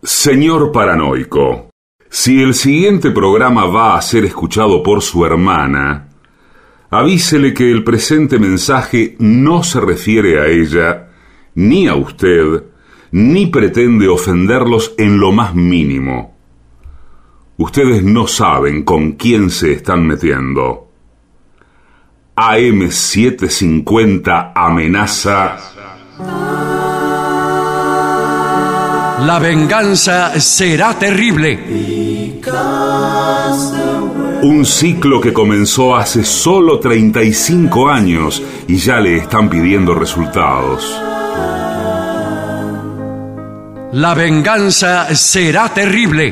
Señor paranoico, si el siguiente programa va a ser escuchado por su hermana, avísele que el presente mensaje no se refiere a ella, ni a usted, ni pretende ofenderlos en lo más mínimo. Ustedes no saben con quién se están metiendo. AM750 amenaza. La venganza será terrible. Un ciclo que comenzó hace solo 35 años y ya le están pidiendo resultados. La venganza será terrible.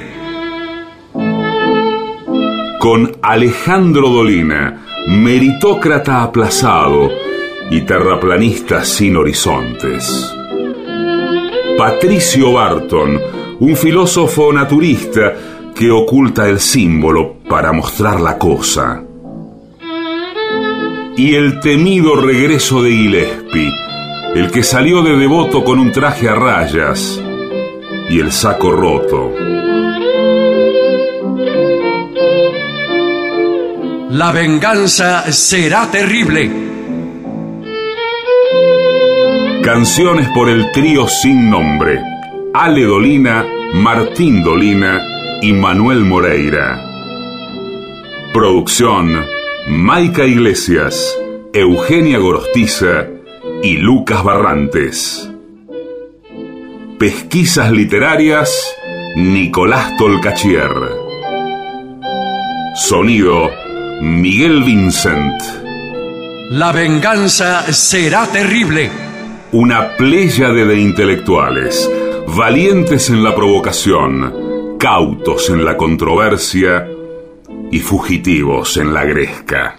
Con Alejandro Dolina, meritócrata aplazado y terraplanista sin horizontes. Patricio Barton, un filósofo naturista que oculta el símbolo para mostrar la cosa. Y el temido regreso de Gillespie, el que salió de devoto con un traje a rayas y el saco roto. La venganza será terrible. Canciones por el trío sin nombre: Ale Dolina, Martín Dolina y Manuel Moreira. Producción: Maica Iglesias, Eugenia Gorostiza y Lucas Barrantes. Pesquisas literarias: Nicolás Tolcachier. Sonido: Miguel Vincent. La venganza será terrible. Una pléyade de intelectuales, valientes en la provocación, cautos en la controversia y fugitivos en la gresca.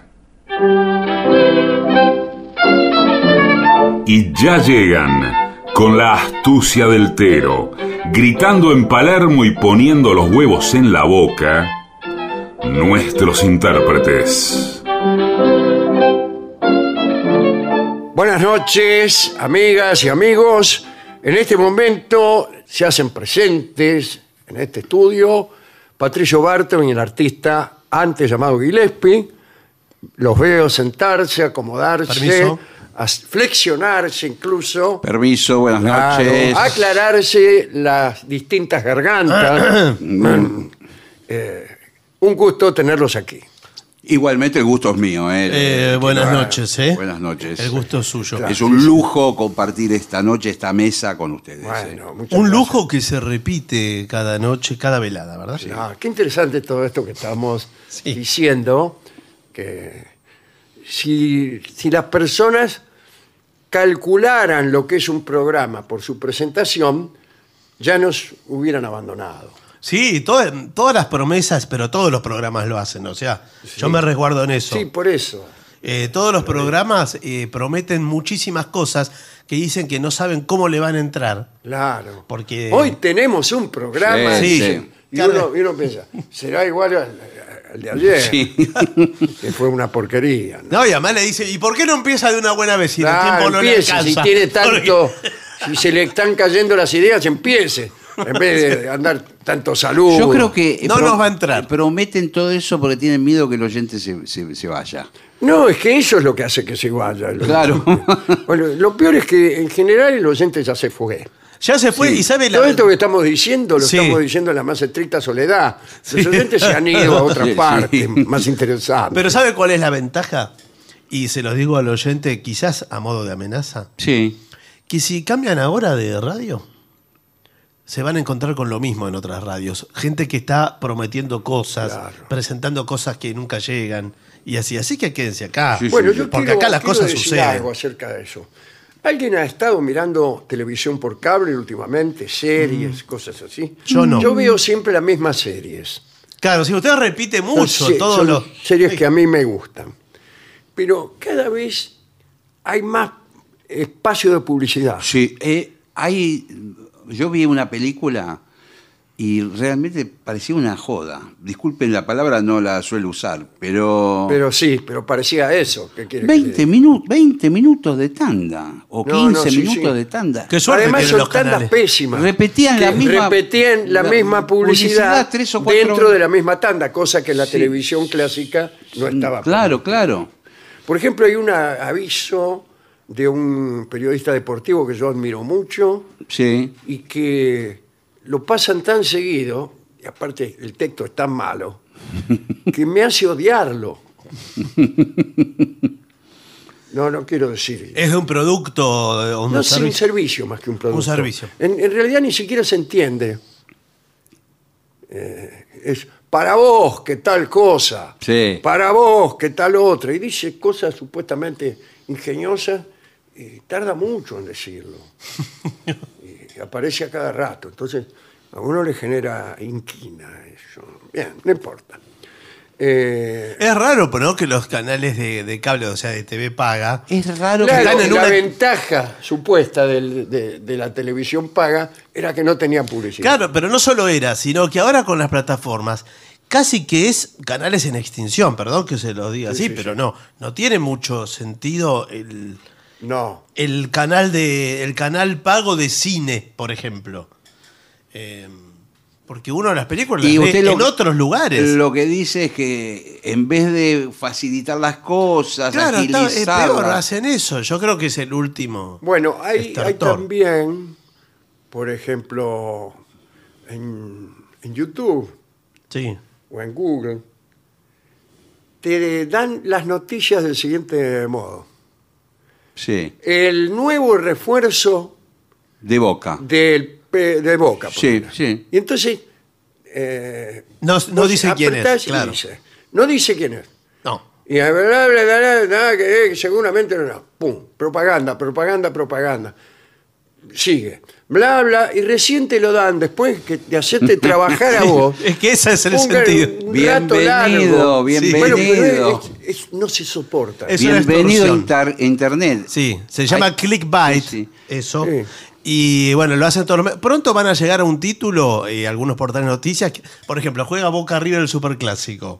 Y ya llegan, con la astucia del Tero, gritando en Palermo y poniendo los huevos en la boca, nuestros intérpretes. Buenas noches, amigas y amigos. En este momento se hacen presentes en este estudio Patricio Barton y el artista antes llamado Gillespie. Los veo sentarse, acomodarse, Permiso. flexionarse incluso. Permiso, buenas Claro, noches. aclararse las distintas gargantas. Un gusto tenerlos aquí. Igualmente el gusto es mío. Buenas noches, Buenas noches. El gusto es suyo. Claro. Es un lujo compartir esta noche, esta mesa con ustedes. Bueno, muchas Un gracias. lujo que se repite cada noche, cada velada, ¿verdad? Qué interesante todo esto que estamos Sí. diciendo, que si las personas calcularan lo que es un programa por su presentación, ya nos hubieran abandonado. Sí, todas las promesas, pero todos los programas lo hacen, o sea, yo me resguardo en eso. Sí, por eso. Todos los programas prometen muchísimas cosas que dicen que no saben cómo le van a entrar. Claro. Porque- Hoy tenemos un programa Sí, sí. y uno piensa, será igual al de ayer, Sí. que fue una porquería. ¿no? No, y además le dice, ¿y por qué no empieza de una buena vez si el Claro, tiempo no le empiece, alcanza? si tiene tanto, si se le están cayendo las ideas, empiece, en vez de andar tanto salud. Yo creo que No nos va a entrar. prometen todo eso porque tienen miedo que el oyente se vaya. No, es que eso es lo que hace que se vaya. Claro. Bueno, lo peor es que en general el oyente ya se fue. Ya se fue y sabe la... Todo esto que estamos diciendo, lo Sí. estamos diciendo en la más estricta soledad. Los oyentes se han ido a otra Sí, sí. parte, más interesante. Pero ¿sabe cuál es la ventaja? Y se los digo al oyente, quizás a modo de amenaza, Sí. que si cambian ahora de radio, se van a encontrar con lo mismo en otras radios. Gente que está prometiendo cosas, Claro. presentando cosas que nunca llegan, y así. Así que quédense acá. Sí, Bueno, sí, yo porque quiero, acá las quiero cosas decir suceden. algo acerca de eso. ¿Alguien ha estado mirando televisión por cable últimamente? Series, cosas así. Yo no. Yo veo siempre las mismas series. Claro, si usted repite mucho Sí, todos son los... series que a mí me gustan. Pero cada vez hay más espacio de publicidad. Sí, yo vi una película y realmente parecía una joda. Disculpen la palabra, no la suelo usar, pero... Pero sí, pero parecía eso. ¿Qué quiere 20 minutos de tanda, o 15 sí, minutos sí. de tanda. Qué suerte Además tienen son los tandas canales. pésimas. Repetían que la misma... repetían la misma publicidad 3 o 4 dentro de la misma tanda, cosa que en la Sí. televisión clásica no estaba. Claro, claro. Por ejemplo, hay un aviso de un periodista deportivo que yo admiro mucho Sí. y que lo pasan tan seguido, y aparte el texto es tan malo, que me hace odiarlo. No quiero decir. Es de un producto o un No es un servicio. servicio más que un producto. Un servicio. En realidad ni siquiera se entiende. Es para vos que tal cosa, Sí. para vos que tal otra. Y dice cosas supuestamente ingeniosas y tarda mucho en decirlo. Y aparece a cada rato. Entonces a uno le genera inquina eso. Bien, no importa. Es raro, pero no que los canales de cable, o sea, de TV paga. Es raro Claro, están en la una- ventaja supuesta de la televisión paga era que no tenía publicidad. Claro, pero no solo era, sino que ahora con las plataformas casi que es canales en extinción, perdón que se lo diga así, sí, pero sí. no tiene mucho sentido No. el canal pago de cine, por ejemplo. Porque uno de las películas las ve en otros lugares. Lo que dice es que en vez de facilitar las cosas, Claro, es peor, agilizarlas, hacen eso. Yo creo que es el último. Bueno, hay Estertor. también, por ejemplo, en YouTube Sí. o en Google, te dan las noticias del siguiente modo. sí, El nuevo refuerzo de Boca. de Boca. por Sí, ejemplo. sí. Y entonces... No vos dice quién es, apretás y claro. dice, no dice quién es. No. Y bla, bla, bla, bla, bla, que seguramente no. Pum, propaganda. Sigue. Bla, bla, y recién te lo dan después que de hacerte trabajar a vos. Es que ese es el un sentido. rato largo. Bienvenido, bienvenido. Bueno, pero no se soporta. Es una Bienvenido a extorsión. Internet. Sí, se llama Ay, clickbait, sí. eso. Sí. Y bueno, lo hacen todos los pronto van a llegar a un título, algunos portales de noticias, por ejemplo, juega Boca River el Superclásico.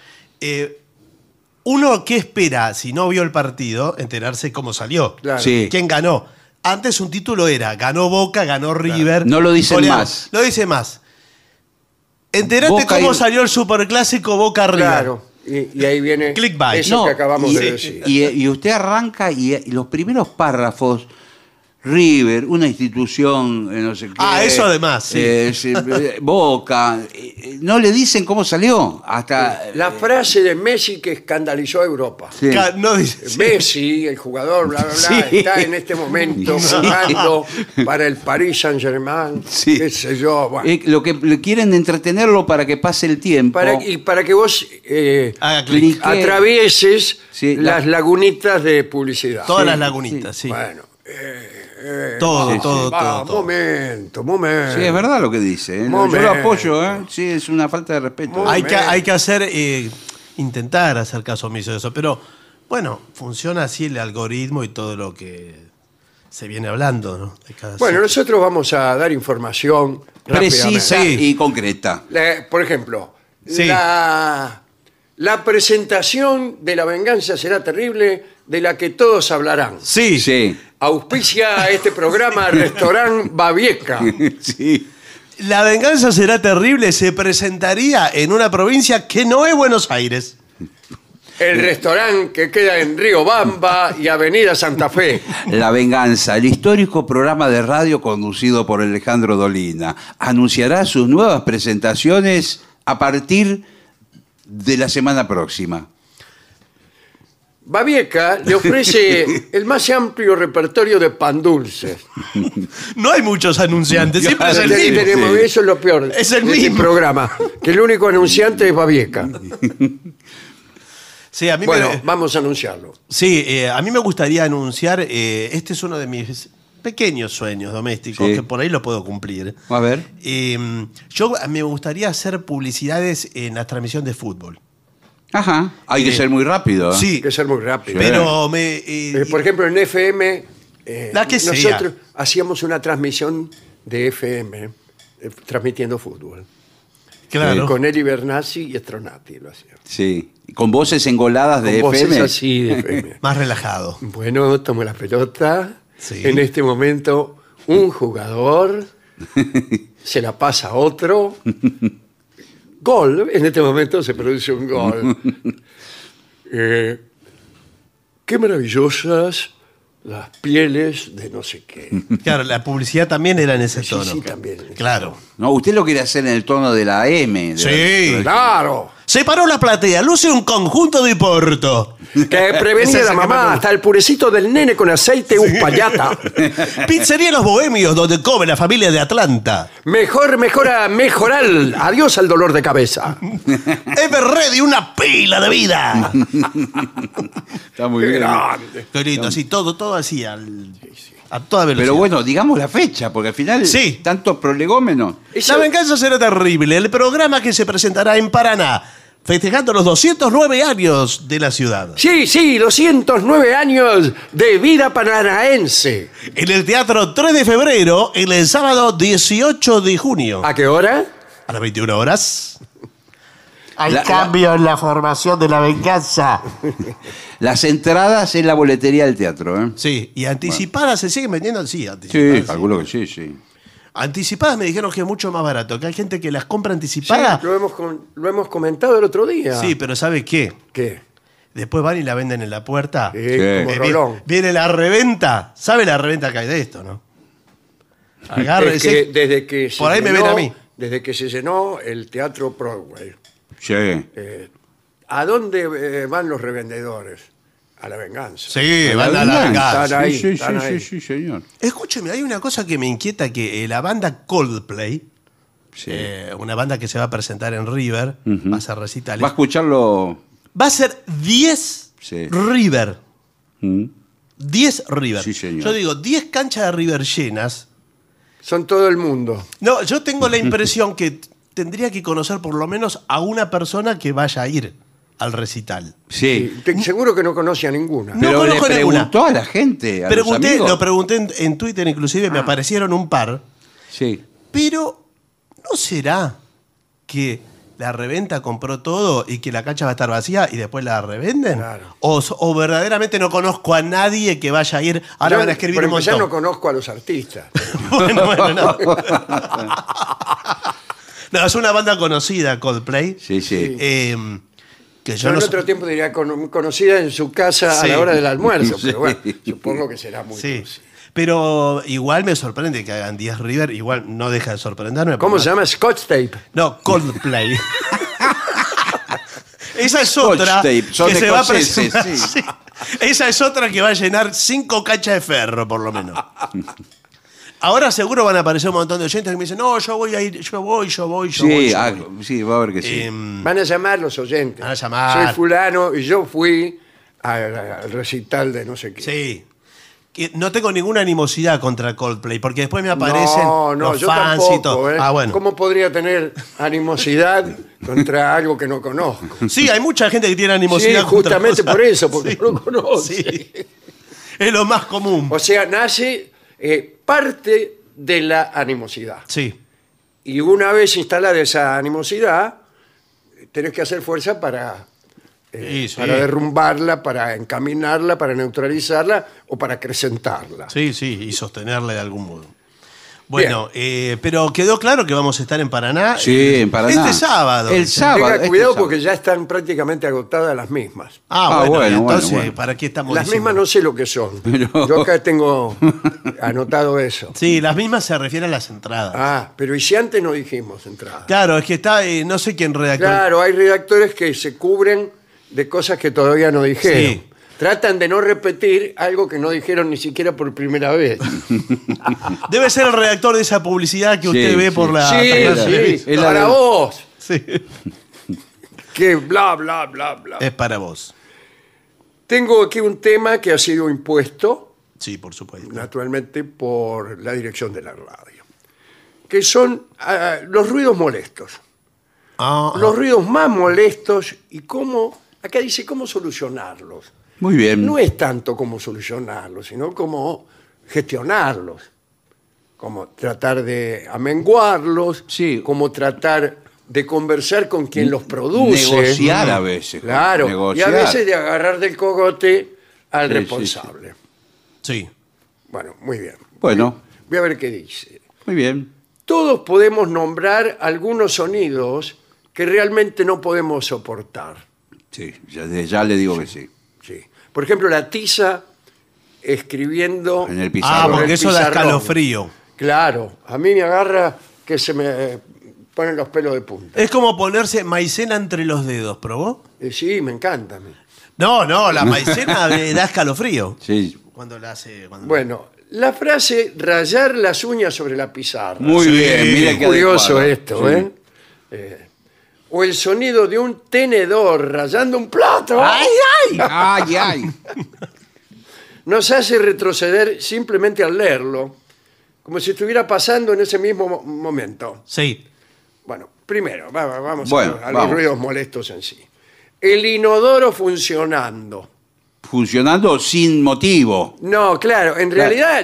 Uno, ¿qué espera si no vio el partido? Enterarse cómo salió. Claro. Sí. ¿Quién ganó? Antes un título era, ganó Boca, ganó River. No lo dicen golearon. más. No dice más. Enterate Boca cómo y- salió el Superclásico Boca River. Claro. Y ahí viene Clickbait. eso No, que acabamos y, de decir. y usted arranca y los primeros párrafos, River, una institución, no sé qué. Eso además, sí. Boca, no le dicen cómo salió. Hasta. La frase de Messi que escandalizó a Europa. Sí. No dice. sí. Messi, el jugador, bla, bla, bla, Sí. está en este momento Sí. jugando para el Paris Saint-Germain, Sí. qué sé yo. Bueno. Lo que le quieren entretenerlo para que pase el tiempo. Para que vos Haga clic. Clique. atravieses Sí, las lagunitas de publicidad. Todas Sí, las lagunitas, sí. Bueno, Todo, sí, sí. todo, todo, todo. momento. Sí, es verdad lo que dice. Yo Momento. lo apoyo, ¿eh? Sí, es una falta de respeto. Hay que hacer, intentar hacer caso omiso de eso. Pero bueno, funciona así el algoritmo y todo lo que se viene hablando, ¿no? De cada Bueno, sitio. nosotros vamos a dar información Precisa rápidamente. y concreta. Por ejemplo, Sí. la presentación de La venganza será terrible, de la que todos hablarán. Sí, Sí. Auspicia este programa Restaurant Babieca. Sí. La venganza será terrible. Se presentaría en una provincia que no es Buenos Aires. El restaurante que queda en Río Bamba y Avenida Santa Fe. La Venganza, el histórico programa de radio conducido por Alejandro Dolina, anunciará sus nuevas presentaciones a partir de la semana próxima. Babieca le ofrece el más amplio repertorio de pan dulces. No hay muchos anunciantes, siempre es el Ahí mismo. tenemos- Sí. Eso es lo peor Es el de este mismo. programa, que el único anunciante es Babieca. Sí, a mí Bueno, me, vamos a anunciarlo. sí, a mí me gustaría anunciar, este es uno de mis pequeños sueños domésticos, Sí. que por ahí lo puedo cumplir. A ver. Yo me gustaría hacer publicidades en la transmisión de fútbol. Ajá. Hay que ser muy rápido. ¿eh? Sí, Hay que ser muy rápido. pero Por ejemplo, en FM, La que sea. nosotros hacíamos una transmisión de FM transmitiendo fútbol. Claro. Con Eli Bernassi y Stronati lo hacían. Sí. Con voces engoladas de Con FM. voces así de FM. Más relajado. Bueno, tomo la pelota. Sí. En este momento, un jugador se la pasa a otro. Gol. En este momento se produce un gol. Qué maravillosas las pieles de no sé qué. Claro, la publicidad también era en ese Sí, tono. sí, también. Claro. No, usted lo quiere hacer en el tono de la AM. Sí. ¡Claro! Se paró la platea, luce un conjunto de Porto. Que prevenía Esa la que me mamá, gusta. hasta el purecito del nene con aceite uspallata. Pizzería Los Bohemios, donde come la familia de Atlanta. Mejorar. Adiós al dolor de cabeza. Ever Ready, una pila de vida. Está muy Qué bien. grande. Qué lindo, así, todo así, a toda velocidad. Pero bueno, digamos la fecha, porque al final Sí. tantos prolegómenos. Eso- La venganza será terrible, el programa que se presentará en Paraná, festejando los 209 años de la ciudad. Sí, 209 años de vida paranaense. En el Teatro 3 de febrero, el sábado 18 de junio. ¿A qué hora? A las 21 horas. Hay cambio en la formación de la venganza. Las entradas en la boletería del teatro, ¿eh? Sí, y anticipadas se siguen vendiendo, sí, Sí, anticipadas. calculo que sí, sí. Anticipadas me dijeron que es mucho más barato, que hay gente que las compra anticipadas. Sí, lo hemos comentado el otro día. Sí, pero ¿sabe qué? ¿Qué? Después van y la venden en la puerta. Sí, Sí. como Rolón. Viene la reventa. ¿Sabe la reventa que hay de esto, no? Agarre, Es que desde que se Por ahí me ven a mí. Desde que se llenó el Teatro Broadway, Sí. ¿a dónde van los revendedores? A la venganza. Sí, van a la venganza. Están ahí, Sí, sí, están sí, ahí. sí, señor. Escúcheme, hay una cosa que me inquieta, que la banda Coldplay, Sí. una banda que se va a presentar en River, va a hacer recitales, Va a escucharlo. va a ser 10 Sí. River. ¿Mm? 10 River. Sí, señor. Yo digo, 10 canchas de River llenas. Son todo el mundo. No, yo tengo la impresión que tendría que conocer por lo menos a una persona que vaya a ir al recital. Sí. Seguro que no conocía ninguna. No Pero le conozco ninguna. preguntó a la gente, a los amigos. Lo pregunté en Twitter, inclusive me aparecieron un par. Sí. Pero, ¿no será que la reventa compró todo y que la cancha va a estar vacía y después la revenden? Claro. O verdaderamente no conozco a nadie que vaya a ir. Ahora Yo, van a escribir por un empezar, montón. no conozco a los artistas. Bueno, no. No, es una banda conocida, Coldplay. Sí, sí. Que Yo yo en no sé- otro tiempo diría conocida en su casa a Sí. la hora del almuerzo, Sí. pero bueno, supongo que será muy Sí. conocida. Pero igual me sorprende que hagan 10 River, igual no deja de sorprenderme. ¿Cómo porque- se llama? Scotch Tape. No, Coldplay. Esa es Scotch otra tape, son que se va a escoceses, presentar. sí. Sí. Esa es otra que va a llenar 5 canchas de ferro, por lo menos. Ahora seguro van a aparecer un montón de oyentes que me dicen, no, yo voy a ir, yo voy. Sí, voy. sí, va a ver que sí. Van a llamar los oyentes. Van a llamar. Soy fulano y yo fui al recital de no sé qué. Sí. Que no tengo ninguna animosidad contra Coldplay, porque después me aparecen No, los yo fans tampoco. y todo. ¿Eh? Ah, bueno. ¿Cómo podría tener animosidad contra algo que no conozco? Sí, hay mucha gente que tiene animosidad Sí, contra justamente cosas. por eso, porque Sí. no lo conoce. Sí. Es lo más común. O sea, nace parte de la animosidad. Sí. Y una vez instalada esa animosidad, tenés que hacer fuerza para Sí. derrumbarla, para encaminarla, para neutralizarla o para acrecentarla. Sí, y sostenerle de algún modo. Bueno, pero quedó claro que vamos a estar en Paraná. Sí, en Paraná. Este sábado. El sábado. Tenga este cuidado sábado. porque ya están prácticamente agotadas las mismas. Ah, bueno, entonces, bueno. ¿para qué estamos Las diciendo? mismas no sé lo que son. Pero- Yo acá tengo anotado eso. Sí, las mismas se refieren a las entradas. Ah, pero ¿y si antes no dijimos entrada? Claro, es que está, no sé quién redactó. Claro, hay redactores que se cubren de cosas que todavía no dijeron. Sí. Tratan de no repetir algo que no dijeron ni siquiera por primera vez. Debe ser el redactor de esa publicidad que usted Sí, ve sí. por la... Sí, es la para de- vos. Sí. Que bla, bla, bla, bla. Es para vos. Tengo aquí un tema que ha sido impuesto, Sí, por supuesto. naturalmente, por la dirección de la radio, que son los ruidos molestos. Los ruidos más molestos y cómo, acá dice cómo solucionarlos. Muy bien. No es tanto cómo solucionarlos, sino cómo gestionarlos. como tratar de amenguarlos, Sí. como tratar de conversar con quien los produce. Negociar a veces. Claro, negociar. y a veces de agarrar del cogote al Sí, responsable. Sí. Bueno, muy bien. Bueno, Voy a ver qué dice. muy bien. Todos podemos nombrar algunos sonidos que realmente no podemos soportar. Sí, ya le digo que sí. Sí. Por ejemplo, la tiza escribiendo. En el Ah, pizarrón. por porque el eso da pizarrón. escalofrío. Claro, a mí me agarra que se me ponen los pelos de punta. Es como ponerse maicena entre los dedos, ¿probó? Sí, me encanta a mí. No, la maicena da escalofrío. Sí. Cuando la hace. Bueno, la frase rayar las uñas sobre la pizarra. Muy Sí. bien, mira Es qué curioso adecuado. esto, Sí. ¿eh? O el sonido de un tenedor rayando un plato. ¡Ay! Ay, ay. Nos hace retroceder simplemente al leerlo, como si estuviera pasando en ese mismo momento. Sí. Bueno, primero, vamos Bueno, a los vamos. ruidos molestos en sí. El inodoro funcionando. Funcionando sin motivo. No, claro, en realidad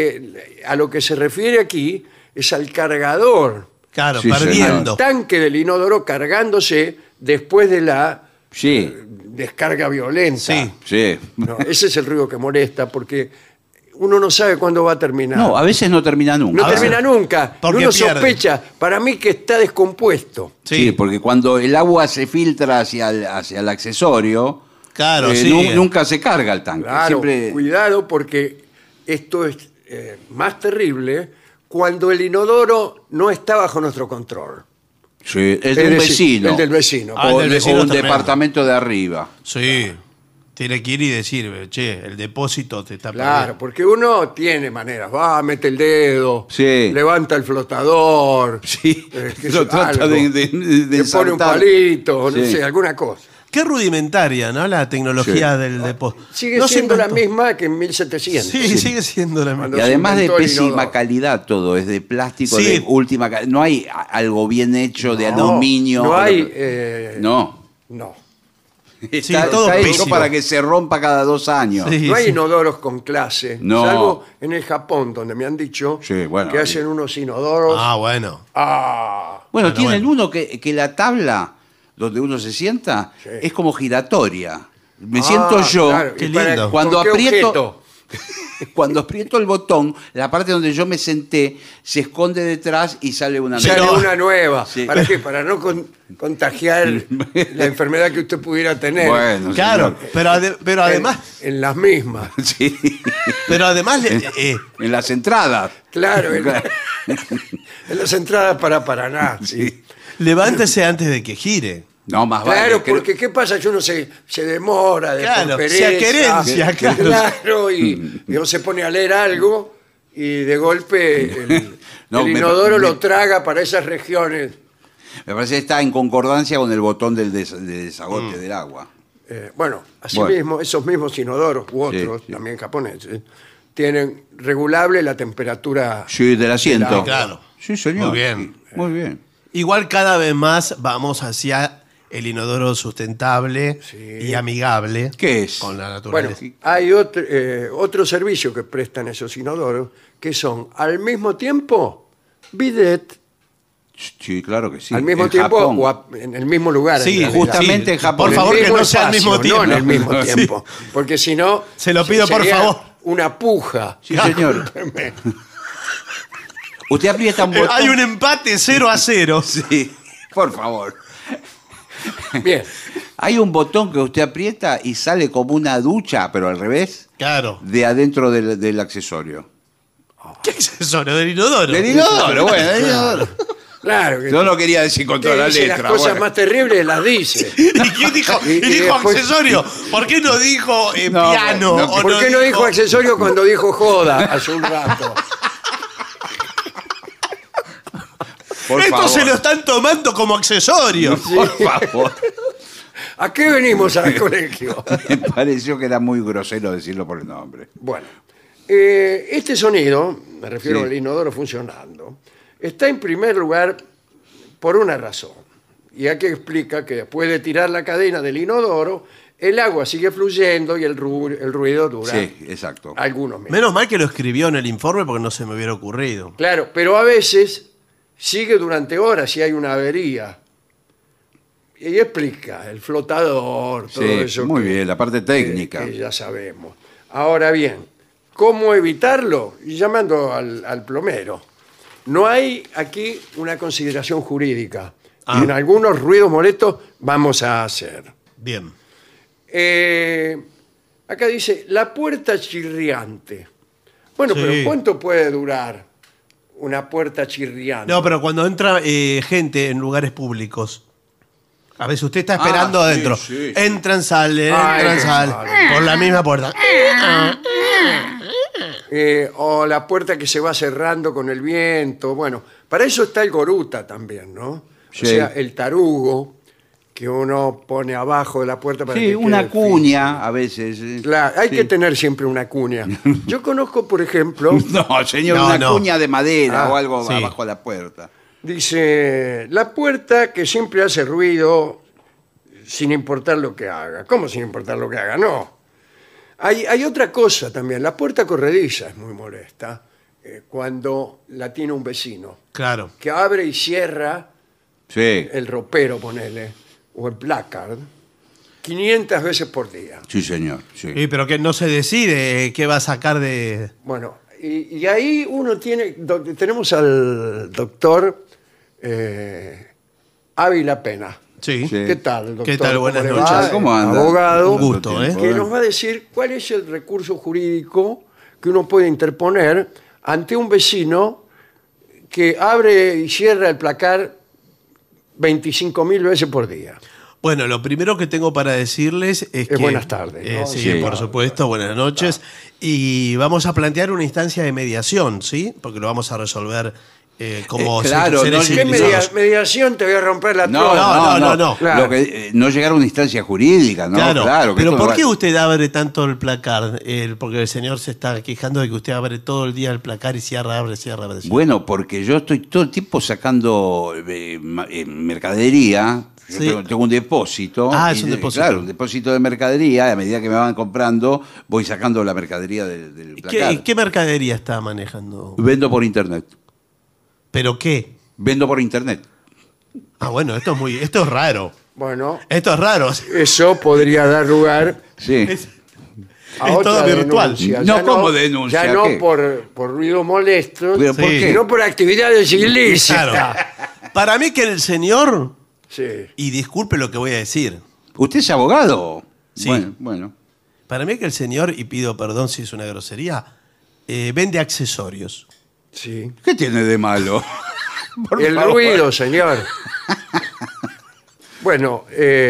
a lo que se refiere aquí es al cargador, Claro, Sí, perdiendo. al tanque del inodoro cargándose después de la Sí, descarga violenta. Sí. sí. No, ese es el ruido que molesta porque uno no sabe cuándo va a terminar. No, a veces no termina nunca. No termina nunca. Porque Uno pierde. sospecha, para mí, que está descompuesto. Sí, porque cuando el agua se filtra hacia el accesorio, Claro, sí. nunca se carga el tanque. Claro, Siempre... cuidado porque esto es más terrible cuando el inodoro no está bajo nuestro control. Sí, es de Es un decir, vecino. el del vecino. Ah, el O, del de- vecino o un tremendo. departamento de arriba. Sí. Tiene que ir y decir, che, el depósito te está Claro, perdiendo. porque uno tiene maneras. Va, mete el dedo, Sí. levanta el flotador. Sí, qué lo sé, trata algo. de Le pone un ensartar. palito, no Sí. sé, alguna cosa. Qué rudimentaria, ¿no? La tecnología del depósito. Sigue No se siendo la inventó. misma que en 1700. Sí, sigue siendo la misma. Cuando Y además de inventó el pésima inodoro. calidad todo, es de plástico Sí. de última calidad. No hay algo bien hecho de No, aluminio. no hay, No. No. Está, todo está hecho pésimo. para que se rompa cada 2 años. Sí, No hay sí. inodoros con clase, No. salvo en el Japón, donde me han dicho Sí, bueno, que hacen unos inodoros. Ah, bueno. Ah, Bueno, Bueno, tienen bueno. uno que la tabla donde uno se sienta Sí. es como giratoria. Me ah, siento yo, claro. Qué ¿Y para- lindo. con Cuando qué aprieto- objeto? cuando aprieto el botón, la parte donde yo me senté se esconde detrás y sale una Sale Pero- una nueva. Sí. ¿Para qué? Para no contagiar la enfermedad que usted pudiera tener. Bueno, Claro, señor. pero además, En las mismas. Sí. En las entradas. Claro, en las entradas para Paraná. Sí. levántese antes de que gire. No, más Claro, vale. porque ¿qué pasa? Uno se demora de Claro, por pereza. se querencia, claro. Claro, y uno se pone a leer algo y de golpe No, el me- inodoro me- lo traga para esas regiones. Me parece que está en concordancia con el botón del desagote del agua. Bueno, asimismo, esos mismos inodoros u otros, Sí, sí. también japoneses, tienen regulable la temperatura. Sí, del asiento. Del agua. Claro. Sí, señor. Muy bien. Sí, muy bien. Igual cada vez más vamos hacia el inodoro sustentable y amigable. ¿Qué es? Con la Bueno, naturaleza. hay otro servicio que prestan esos inodoros que son al mismo tiempo bidet, Sí, claro que sí. al mismo En tiempo Japón. o en el mismo lugar. en Sí, realidad. justamente en Japón. Por En el favor, que mismo no sea al mismo espacio, tiempo. no en el mismo Sí. tiempo. Porque si no. Se lo pido, por sería favor. Una puja. Sí, señor. Usted aprieta un botón. Hay un empate 0-0. Sí, por favor. Bien. Hay un botón que usted aprieta y sale como una ducha, pero al revés, Claro. de adentro del accesorio. ¿Qué accesorio del inodoro? Del inodoro, bueno, del inodoro. Claro. Que No lo quería decir con toda la dice letra. las cosas bueno. más terribles las dice. ¿Y quién dijo? Y Y dijo después- accesorio. ¿Por qué no dijo No, piano? bueno, no, o ¿Por qué no dijo accesorio cuando dijo joda hace un rato? Por Esto favor. se lo están tomando como accesorio. Por favor. ¿A qué venimos al colegio? Me pareció que era muy grosero decirlo por el nombre. Bueno, este sonido, me refiero Sí. al inodoro funcionando, está en primer lugar por una razón. Y aquí explica que después de tirar la cadena del inodoro, el agua sigue fluyendo y el ruido dura Sí, exacto. algunos minutos. Menos mal que lo escribió en el informe porque no se me hubiera ocurrido. Claro, pero a veces sigue durante horas si hay una avería. Y explica el flotador, todo Sí, eso. muy bien, la parte técnica. Que ya sabemos. Ahora bien, ¿cómo evitarlo? Llamando al plomero. No hay aquí una consideración jurídica. Y en algunos ruidos molestos vamos a hacer. Bien. Acá dice, la puerta chirriante. Bueno, Sí. pero ¿cuánto puede durar una puerta chirriante? No, pero cuando entra gente en lugares públicos, a veces usted está esperando Ah, sí, adentro. sí. Entran, salen, Ay, entran, qué salen. mal. Por la misma puerta. O la puerta que se va cerrando con el viento. Bueno, para eso está el goruta también, ¿no? Sí. O sea, el tarugo que uno pone abajo de la puerta para Sí, que una quede cuña a veces. firme. Claro, hay Sí. que tener siempre una cuña. Yo conozco, por ejemplo, No, señor, No, una no. cuña de madera Ah, o algo sí. abajo de la puerta. dice, la puerta que siempre hace ruido sin importar lo que haga. ¿Cómo sin importar lo que haga? No. Hay otra cosa también. La puerta corrediza es muy molesta cuando la tiene un vecino, Claro. que abre y cierra Sí, el ropero, ponele, o el placard, 500 veces por día. sí, señor. Sí. Sí, pero que no se decide qué va a sacar de... Bueno, y ahí uno tenemos al doctor Ávila Pena. Sí. Sí. ¿Qué tal, doctor? ¿Qué tal? Buenas ¿Cómo le noches. va? ¿Cómo anda? Abogado. Un gusto, ¿eh? Que nos va a decir cuál es el recurso jurídico que uno puede interponer ante un vecino que abre y cierra el placar 25.000 veces por día. Bueno, lo primero que tengo para decirles es que... buenas tardes, ¿no? Sí, Sí. por supuesto, buenas noches. Y vamos a plantear una instancia de mediación, ¿sí? Porque lo vamos a resolver como claro, seres no, ¿Qué civilizados. mediación? Te voy a romper la No, trompa. no. Claro. Lo que, no llegar a una instancia jurídica, ¿no? Claro, que pero esto ¿por va- qué usted abre tanto el placar? Porque el señor se está quejando de que usted abre todo el día el placar y cierra, abre, cierra, abre. Cierra. Bueno, porque yo estoy todo el tiempo sacando mercadería. Yo Sí. tengo un depósito. Ah, es y un depósito. Claro, un depósito de mercadería. Y a medida que me van comprando, voy sacando la mercadería del placar. ¿Qué mercadería está manejando? Vendo por internet. ¿Pero qué? Vendo por internet. Ah, bueno, esto es raro. Bueno, Esto es raro. eso podría dar lugar Sí. a Es otra todo virtual. denuncia. No, Ya ¿cómo denuncia? Ya no ¿Qué? por ruido molesto, ¿Pero por Sí. qué? sino por actividades ilícitas. Claro. Para mí que el señor, Sí. y disculpe lo que voy a decir, ¿Usted es abogado? Sí. Bueno. para mí que el señor, y pido perdón si es una grosería, vende accesorios. Sí. ¿Qué tiene de malo? Por El favor. ruido, señor. Bueno,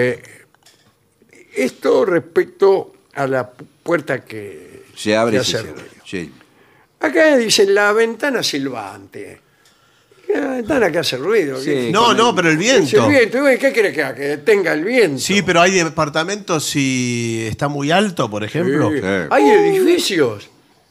esto respecto a la puerta que Se abre y que se hace cierra. ruido. Sí. Acá dicen la ventana silbante. La ventana que hace ruido. Sí. ¿qué? No, pero el Es viento. el viento. ¿Y ¿Qué quiere que haga? Que detenga el viento. Sí, pero hay departamentos si está muy alto, por ejemplo. Sí. Sí. Hay edificios.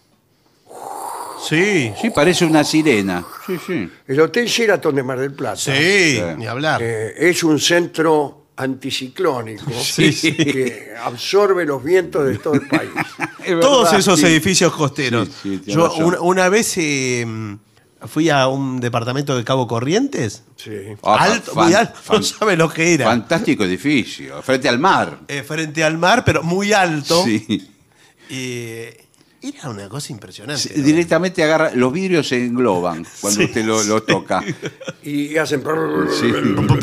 Sí. Sí, parece una sirena. Sí, sí. El Hotel Sheraton de Mar del Plata. Sí, ni hablar. Es un centro anticiclónico Sí, sí. que absorbe los vientos de todo el país. Es Todos verdad, esos sí. edificios costeros. Sí, sí, tiene Yo razón. una vez fui a un departamento de Cabo Corrientes. Sí. Ah, Alto, muy alto, no sabe lo que era. Fantástico edificio, frente al mar. Frente al mar, pero muy alto. Sí. Era una cosa impresionante. Sí, ¿no? directamente agarra, los vidrios se engloban cuando Sí, usted lo toca. Y hacen... Sí.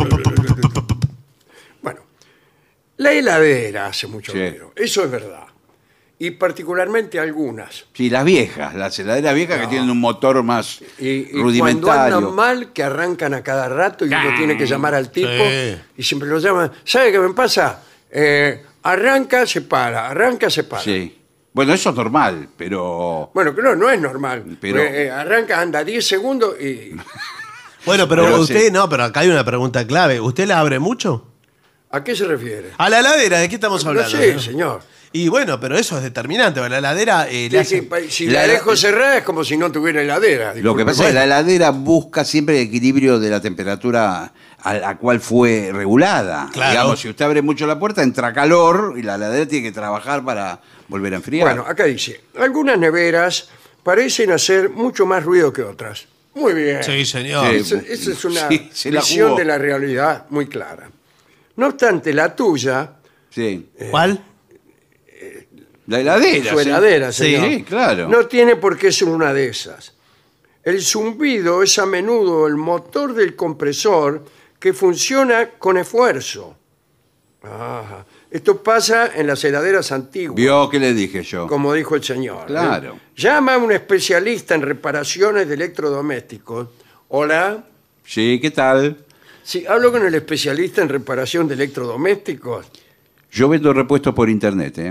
Bueno, la heladera hace mucho Sí. ruido. Eso es verdad. Y particularmente algunas. Sí, las viejas, las heladeras viejas que tienen un motor más Y cuando rudimentario. andan mal, que arrancan a cada rato y uno tiene que llamar al tipo Sí. y siempre lo llaman. ¿Sabe qué me pasa? Arranca, se para, arranca, se para. Sí. Bueno, eso es normal, pero... Bueno, que no es normal. Pero- Porque, arranca, anda 10 segundos y... Bueno, pero Pero usted sí. no, pero acá hay una pregunta clave. ¿Usted la abre mucho? ¿A qué se refiere? A la heladera, ¿de qué estamos No hablando? sé, señor. Y bueno, pero eso es determinante. La heladera le Sí, hace- si la dejo cerrada es como si no tuviera heladera. Lo que pasa es que la heladera busca siempre el equilibrio de la temperatura a la cual fue regulada. Claro. Digamos, si usted abre mucho la puerta, entra calor y la heladera tiene que trabajar para volver a enfriar. Bueno, acá dice, algunas neveras parecen hacer mucho más ruido que otras. Muy bien. Sí, señor. Sí. Esa es una Sí, se la visión jugó. de la realidad muy clara. No obstante, la tuya, Sí. ¿Cuál? La heladera. su sí. heladera, Sí, señor, claro. no tiene por qué ser una de esas. El zumbido es a menudo el motor del compresor que funciona con esfuerzo. Ajá. Esto pasa en las heladeras antiguas, ¿Vio qué le dije yo? como dijo el señor. Claro. Llama a un especialista en reparaciones de electrodomésticos. Hola. Sí, ¿qué tal? Sí, hablo con el especialista en reparación de electrodomésticos. Yo vendo repuestos por internet, ¿eh?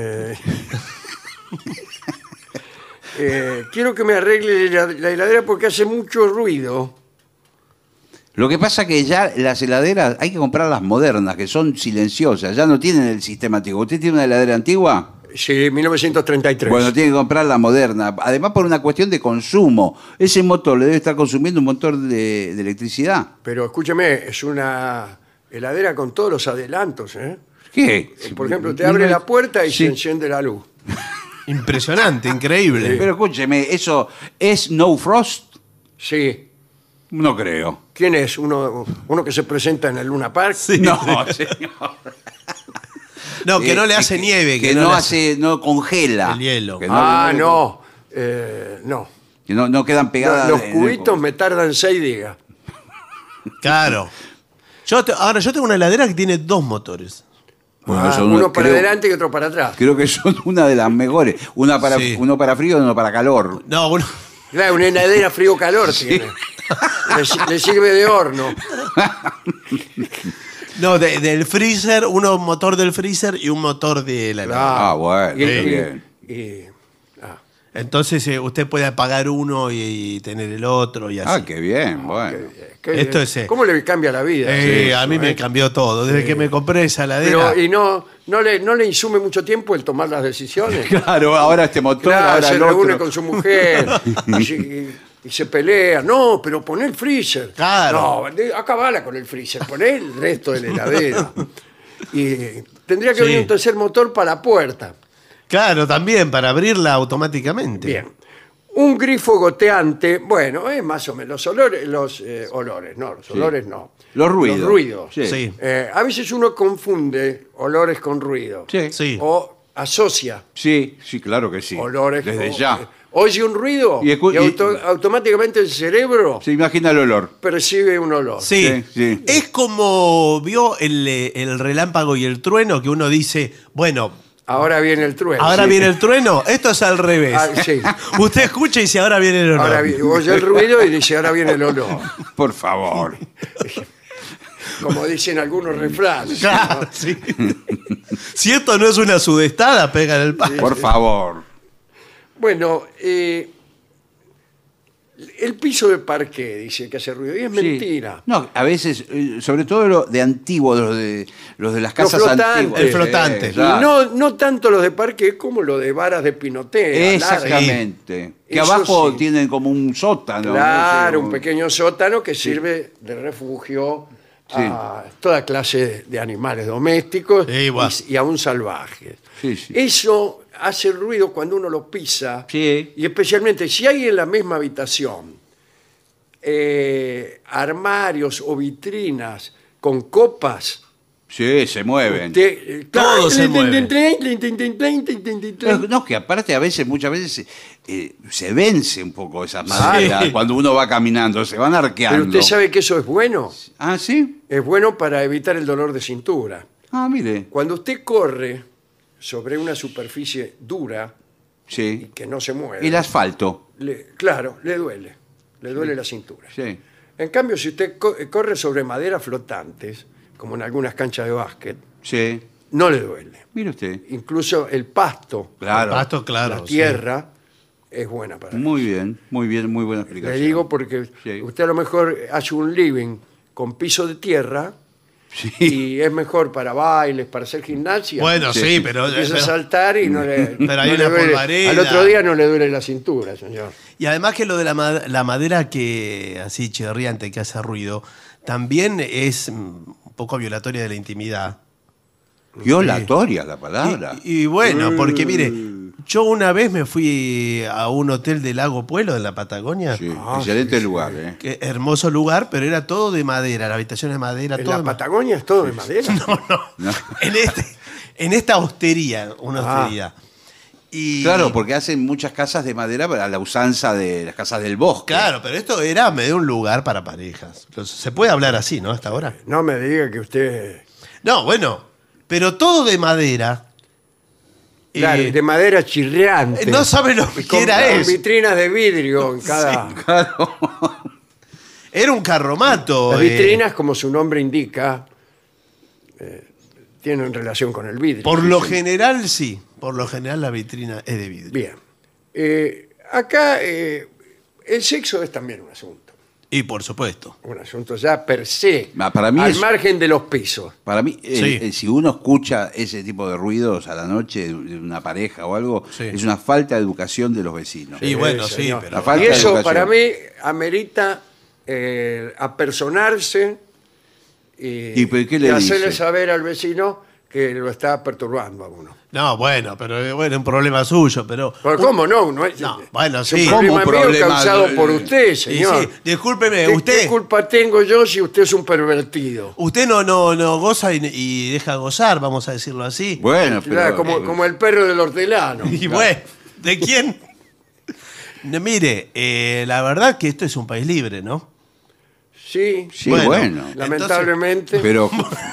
Quiero que me arregle la heladera porque hace mucho ruido. Lo que pasa que ya las heladeras hay que comprar las modernas, que son silenciosas, ya no tienen el sistema antiguo. ¿Usted tiene una heladera antigua? Sí, 1933. Bueno, tiene que comprar la moderna. Además, por una cuestión de consumo. Ese motor le debe estar consumiendo un motor de electricidad. Pero escúcheme, es una heladera con todos los adelantos, ¿eh? ¿Qué? Por ejemplo, usted abre la puerta y Sí. se enciende la luz. Impresionante, increíble. Pero escúcheme, ¿eso es No Frost? Sí. No creo. ¿Quién es? ¿Uno que se presenta en el Luna Park? No, señor. No, que no le hace nieve. Que no hace, no congela. El hielo. Que Ah, le- no. No. Que no quedan pegadas. Los en el- cubitos me tardan 6 días. Claro. Ahora, yo tengo una heladera que tiene dos motores. Bueno, eso no- Uno para creo- adelante y otro para atrás. Creo que son una de las mejores. Uno para frío y uno para calor. No, uno, Claro, una heladera frío-calor tiene. Le sirve de horno. no del freezer, uno motor del freezer y un motor de la heladera. Ah, bueno, Y- qué y- bien. y- Entonces usted puede apagar uno y tener el otro y así. Ah, qué bien, bueno. qué Esto bien. es, ¿Cómo le cambia la vida? a mí me cambió todo. Desde que me compré esa heladera. Pero, ¿y no le insume mucho tiempo el tomar las decisiones? Claro, ahora este motor, Claro, ahora se el reúne otro. con su mujer y se pelea. No, pero poné el freezer. Claro. No, acabala con el freezer, poné el resto de la heladera. Y tendría que Sí. venir un tercer motor para la puerta. Claro, también, para abrirla automáticamente. Bien. Un grifo goteante, bueno, es más o menos. Los olores no. Los ruidos. Los ruidos. Sí. Sí. A veces uno confunde olores con ruido. Sí. Sí. O asocia Sí, sí, claro que sí. olores Desde con... ya. Oye un ruido Y y, automáticamente el cerebro Se imagina el olor. percibe un olor. Sí. Sí, sí. Es como vio el relámpago y el trueno que uno dice, bueno, Ahora viene el trueno. ahora Sí. viene el trueno. Esto es al revés. Ah, sí. Usted escucha y dice, ahora viene el olor. Ahora oye el ruido y dice, ahora viene el olor. Por favor. Como dicen algunos refranes. Claro, ¿no? sí. Si esto no es una sudestada, pega en el palo. Por favor. Bueno, el piso de parqué dice que hace ruido. Y es Sí. mentira. No, a veces, sobre todo lo de antiguo, los de las casas flotantes. antiguas. El flotante. Y claro. no tanto los de parqué como los de varas de pinotea. largas. Exactamente. Que Eso abajo sí. tienen como un sótano. Claro, ¿no? un pequeño sótano que sirve de refugio a toda clase de animales domésticos Sí, bueno. y aún salvajes. Sí, sí. Eso hace ruido cuando uno lo pisa, Sí. y especialmente si hay en la misma habitación armarios o vitrinas con copas. Sí, se mueven. Todo se mueve. No, que aparte muchas veces se vence un poco esas maderas Sí. cuando uno va caminando, se van arqueando. Pero usted sabe que eso es bueno. Ah, ¿sí? Es bueno para evitar el dolor de cintura. Ah, mire. Cuando usted corre sobre una superficie dura y Sí. que no se mueve, El asfalto. claro, le duele. Le duele la cintura. Sí. En cambio, si usted corre sobre maderas flotantes, como en algunas canchas de básquet, Sí. no le duele. Mire usted. Incluso el pasto, Claro. Pasto, claro. la sí. tierra, es buena para Muy bien, muy buena explicación. Le digo porque Sí. usted a lo mejor hace un living con piso de tierra y es mejor para bailes, para hacer gimnasia. Bueno, sí, pero... Empieza a saltar y no le, Pero hay no le una duele. polvareda. Al otro día no le duele la cintura, señor. Y además que lo de la madera que así chirriante, que hace ruido, también es un poco violatoria de la intimidad. Violatoria la palabra. Y bueno, porque mire, yo una vez me fui a un hotel de Lago Puelo en la Patagonia. Sí, excelente lugar, ¿eh? Qué hermoso lugar, pero era todo de madera, la habitación de madera, ¿En todo la de Patagonia es todo de madera? No. En esta hostería, una hostería. Y, Claro, porque hacen muchas casas de madera para la usanza de las casas del bosque. Claro, pero esto era medio un lugar para parejas. Se puede hablar así, ¿no? Hasta ahora. No me diga que usted... No, bueno, pero todo de madera. Claro, de madera chirriante. No sabe lo Y que era con eso. vitrinas de vidrio en cada... Claro. Era un carromato. Las vitrinas, como su nombre indica, tienen relación con el vidrio. Por lo general, sí. Por lo general la vitrina es de vidrio. Bien. Acá el sexo es también un asunto. Y por supuesto. Un asunto ya per se. Para mí al es- margen de los pisos. Para mí, Sí. si uno escucha ese tipo de ruidos a la noche de una pareja o algo, Sí. es una falta de educación de los vecinos. Y bueno, sí, señor. pero... La falta Y de eso educación. para mí amerita apersonarse ¿Y pero qué le y hacerle dice? saber al vecino que lo está perturbando a uno. No, bueno, pero bueno, un problema suyo, pero... Pero ¿cómo no? No es, No, bueno, es sí. un problema ¿Cómo mío problema? causado por usted, Y señor. sí, discúlpeme, ¿Qué usted... culpa tengo yo si usted es un pervertido? Usted no goza y deja gozar, vamos a decirlo así. Bueno, pero... Claro, como el perro del hortelano. Y bueno, ¿de quién? No, mire, la verdad que esto es un país libre, ¿no? Sí, Sí, Bueno. bueno. lamentablemente. Pero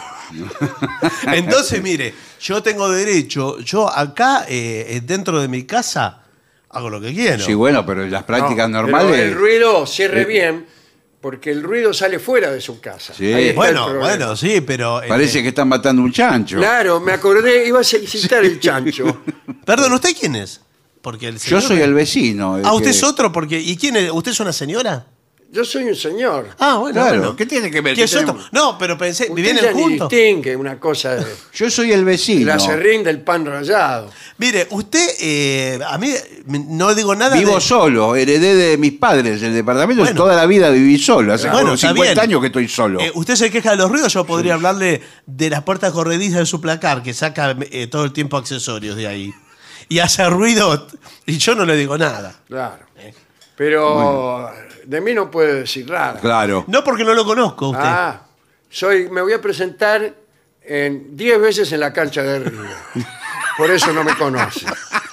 Entonces, mire, yo tengo derecho, yo acá, dentro de mi casa, hago lo que quiero. sí, bueno, pero en las prácticas No, normales... pero el ruido cierre bien, porque el ruido sale fuera de su casa. Sí. Ahí está el Bueno, problema. bueno, sí, pero... Parece que están matando un chancho. Claro, me acordé, iba a citar el chancho. Perdón, ¿usted quién es? Porque el Yo señor- soy el vecino. el Ah, usted que- es otro, porque... ¿Y quién es? ¿Usted es una señora? Yo soy un señor. Ah, bueno, Claro, bueno. ¿qué tiene que ver? ¿Qué ¿Qué es otro? tenemos? No, pero pensé, Usted ¿vivían ya ni juntos? distingue una cosa de Yo soy el vecino. la serrín del pan rallado. Mire, usted, a mí no digo nada Vivo de... solo, heredé de mis padres el departamento. Bueno. Toda la vida viví solo. Hace Bueno, como está 50 bien. años que estoy solo. Usted se queja de los ruidos, yo podría hablarle de las puertas corredizas de su placar, que saca todo el tiempo accesorios de ahí. Y hace ruido, y yo no le digo nada. Claro. Pero de mí no puede decir nada. Claro. No porque no lo conozco a usted. Me voy a presentar 10 veces en la cancha de River. Por eso no me conoce.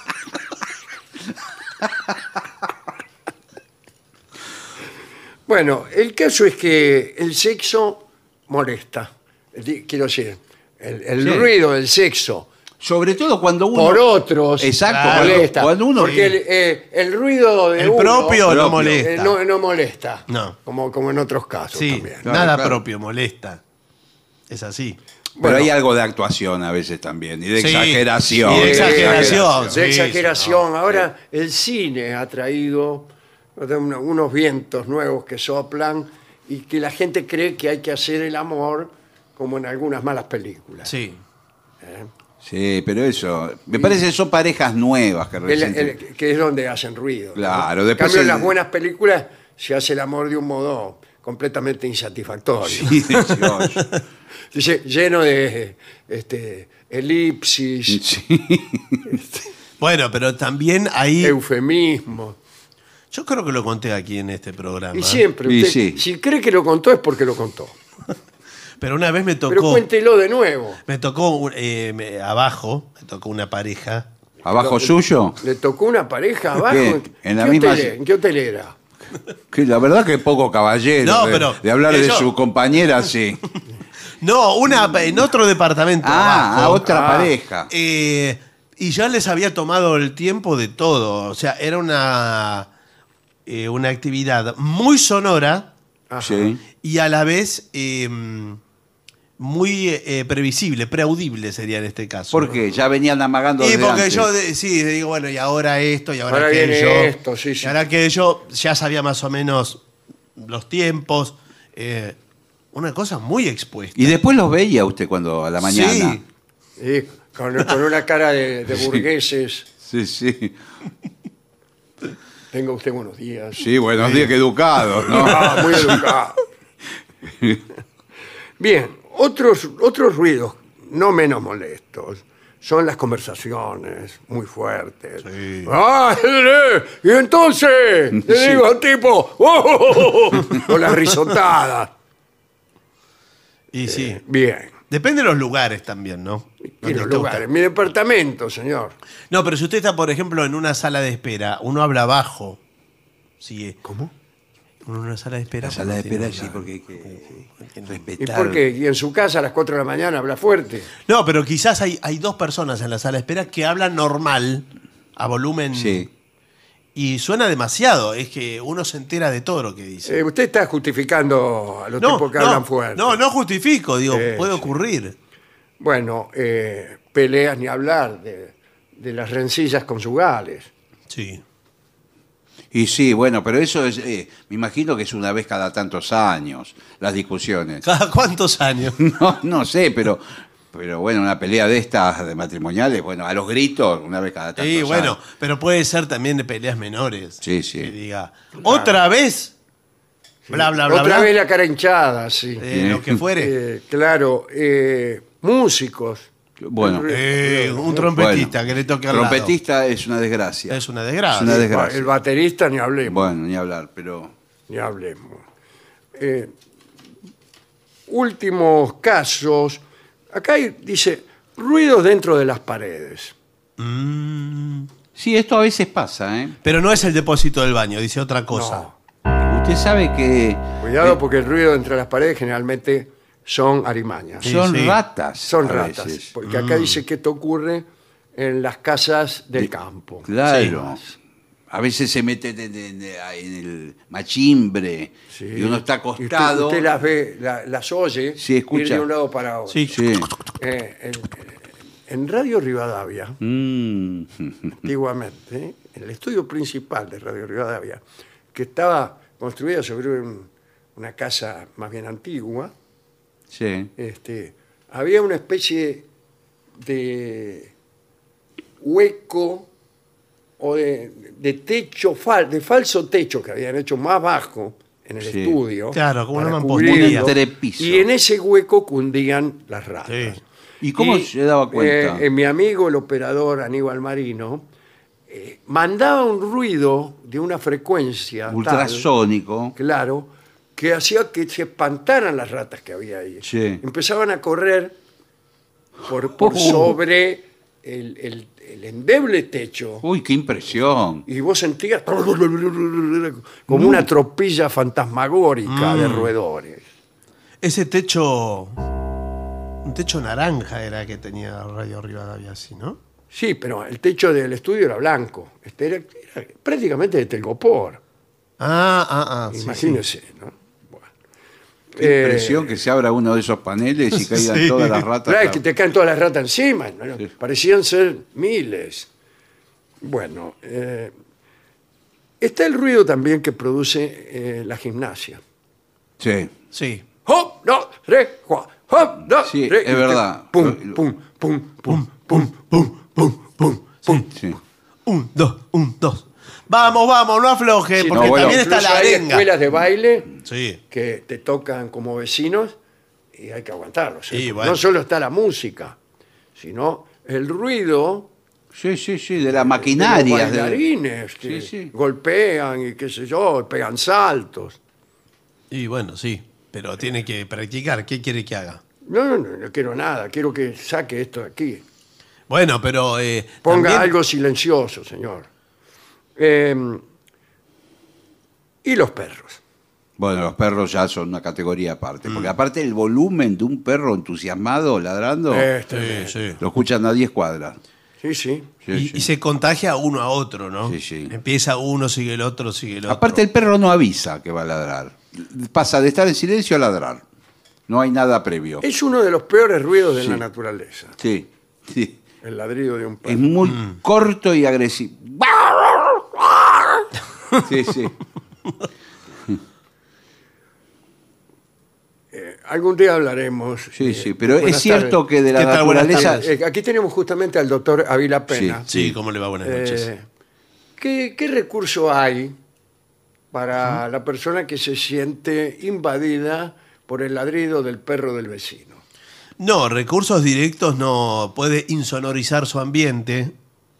Bueno, el caso es que el sexo molesta. Quiero decir, el Sí. ruido del sexo Sobre todo cuando uno. por otros Exacto, molesta. cuando uno. Porque el ruido de El uno, propio no propio. molesta. no molesta. No. Como en otros casos Sí, también. Claro, nada claro. propio molesta. Es así. Pero Bueno. hay algo de actuación a veces también. Y de Sí, exageración. y de exageración. De Sí, exageración. sí, no. Ahora el cine ha traído unos vientos nuevos que soplan y que la gente cree que hay que hacer el amor como en algunas malas películas. Sí. Sí, pero eso. Me parece que son parejas nuevas que recién. Que es donde hacen ruido. ¿no? Claro, En después cambio, en el- las buenas películas se hace el amor de un modo completamente insatisfactorio. Sí, Dios. Lleno de elipsis, Sí. Bueno, pero también ahí... eufemismos. Yo creo que lo conté aquí en este programa. Y siempre, Y usted, sí. si cree que lo contó es porque lo contó. Pero una vez me tocó... Pero cuéntelo de nuevo. Me tocó abajo, me tocó una pareja. ¿Abajo suyo? ¿Le tocó una pareja abajo? ¿Qué? ¿En la qué misma- ¿En qué hotel era? Que la verdad que poco caballero. No, de- pero de hablar de yo- su compañera, sí. No, en otro departamento abajo. Ah, otra Ah. pareja. Y ya les había tomado el tiempo de todo. O sea, era una actividad muy sonora Ajá. Sí. y a la vez muy previsible, preaudible sería en este caso. ¿Por qué? Ya venían amagando Y desde porque antes. yo sí digo, bueno, y ahora esto, y ahora Ahora viene aquello. esto, sí, sí. Y ahora aquello, ya sabía más o menos los tiempos. una cosa muy expuesta. Y después los veía usted cuando a la mañana. Sí. Y con una cara de burgueses. Sí, sí. Tenga usted buenos días. Sí, buenos días, que educados, ¿no? Ah, muy educado. Bien, otros ruidos no menos molestos son las conversaciones muy fuertes. Sí. ¡Ah! Y entonces le digo al tipo, ¡oh! O las risotadas. Y sí. Bien. Depende de los lugares también, ¿no? Y Donde los te gusta. lugares. Mi departamento, señor. No, pero si usted está, por ejemplo, en una sala de espera, uno habla bajo. Sí. ¿Cómo? Uno en una sala de espera. La sala de tiene espera que sí, hablar. porque hay que ¿Y respetar. por qué? ¿Y en su casa a las 4 de la mañana habla fuerte? No, pero quizás hay dos personas en la sala de espera que hablan normal, a volumen. Sí. Y suena demasiado. Es que uno se entera de todo lo que dice. Usted está justificando a los tipos que hablan fuerte. no justifico, digo, puede Sí. ocurrir. Bueno, peleas ni hablar de las rencillas conjugales. Sí. Y sí, bueno, pero eso es, me imagino que es una vez cada tantos años, las discusiones. ¿Cada cuántos años? No sé, pero bueno, una pelea de estas, de matrimoniales, bueno, a los gritos, una vez cada tantos Sí, bueno, años. pero puede ser también de peleas menores. Sí, sí. Que diga, ¿otra vez? Bla, bla, bla, Otra bla. vez la cara hinchada, sí. Lo que fuere. Claro, músicos. Bueno, Un trompetista que le toque al lado. trompetista es una desgracia. Es una desgracia. Es una desgracia. El baterista ni hablemos. Bueno, ni hablar, pero... Ni hablemos. Últimos casos. Acá dice ruidos dentro de las paredes. Sí, esto a veces pasa, ¿eh? Pero no es el depósito del baño, dice otra cosa. No. Usted sabe que Cuidado porque el ruido entre las paredes generalmente son arimañas. Sí, son sí. ratas. Son a ratas. veces. Porque acá dice que esto ocurre en las casas del campo. Claro. A veces se mete en el machimbre Sí. y uno está Y acostado. usted las ve, las oye Sí, escucha. ir de un lado para otro. Sí. Sí. En Radio Rivadavia, Mm. antiguamente, en el estudio principal de Radio Rivadavia, que estaba construida sobre una casa más bien antigua, Sí. había una especie de hueco o de techo, de falso techo que habían hecho más bajo en el Sí. estudio. Claro, como para una cubrirlo. mampostería. Un entrepiso. Y en ese hueco cundían las ratas. Sí. ¿Y cómo se daba cuenta? Mi amigo, el operador Aníbal Marino, mandaba un ruido de una frecuencia Ultrasónico. tal, claro, que hacía que se espantaran las ratas que había ahí. Sí. Empezaban a correr por sobre el endeble techo Uy, qué impresión. y vos sentías como una tropilla fantasmagórica de roedores. Ese techo, un techo naranja era que tenía Radio Rivadavia, así, ¿no? Sí, pero el techo del estudio era blanco. Era prácticamente de telgopor. Sí, Imagínese, ¿no? Bueno. Qué impresión que se abra uno de esos paneles y caigan Sí. todas las ratas. Claro, es que te caen todas las ratas encima. ¿no? Sí. Parecían ser miles. Bueno, está el ruido también que produce la gimnasia. Sí. Sí. ¡Hop! ¡No! ¡Re! ¡Jua! ¡Hop! ¡No! Sí, re! es verdad. ¡Pum! ¡Pum! ¡Pum! ¡Pum! ¡Pum! ¡Pum! ¡Pum! ¡Pum! Sí. Un, dos. Vamos, no afloje, Sí, porque no, bueno, también está Incluso la hay arenga. escuelas de baile Sí. que te tocan como vecinos y hay que aguantarlos. Y bueno. No solo está la música, sino el ruido Sí, de la de los maquinaria. bailarines que Sí, sí. golpean y qué sé yo, pegan saltos. Y bueno, sí, pero tiene que practicar. ¿Qué quiere que haga? No quiero nada, quiero que saque esto de aquí. Bueno, pero Ponga también- algo silencioso, señor. Y los perros. Bueno, los perros ya son una categoría aparte. Porque aparte el volumen de un perro entusiasmado, ladrando, Sí. lo escuchan a 10 cuadras. Sí, sí. Sí, Y, sí. y se contagia uno a otro, ¿no? Sí. Empieza uno, sigue el otro, sigue el otro. Aparte el perro no avisa que va a ladrar. Pasa de estar en silencio a ladrar. No hay nada previo. Es uno de los peores ruidos de Sí. la naturaleza. Sí. El ladrido de un perro. Es muy corto y agresivo. Sí. algún día hablaremos. Sí, sí, pero Buenas es cierto tardes. que de la ¿Qué tal? Buenas naturaleza... tardes. Aquí tenemos justamente al doctor Ávila Pena. Sí, ¿cómo le va? Buenas noches. ¿Qué recurso hay para la persona que se siente invadida por el ladrido del perro del vecino? No, recursos directos no. Puede insonorizar su ambiente.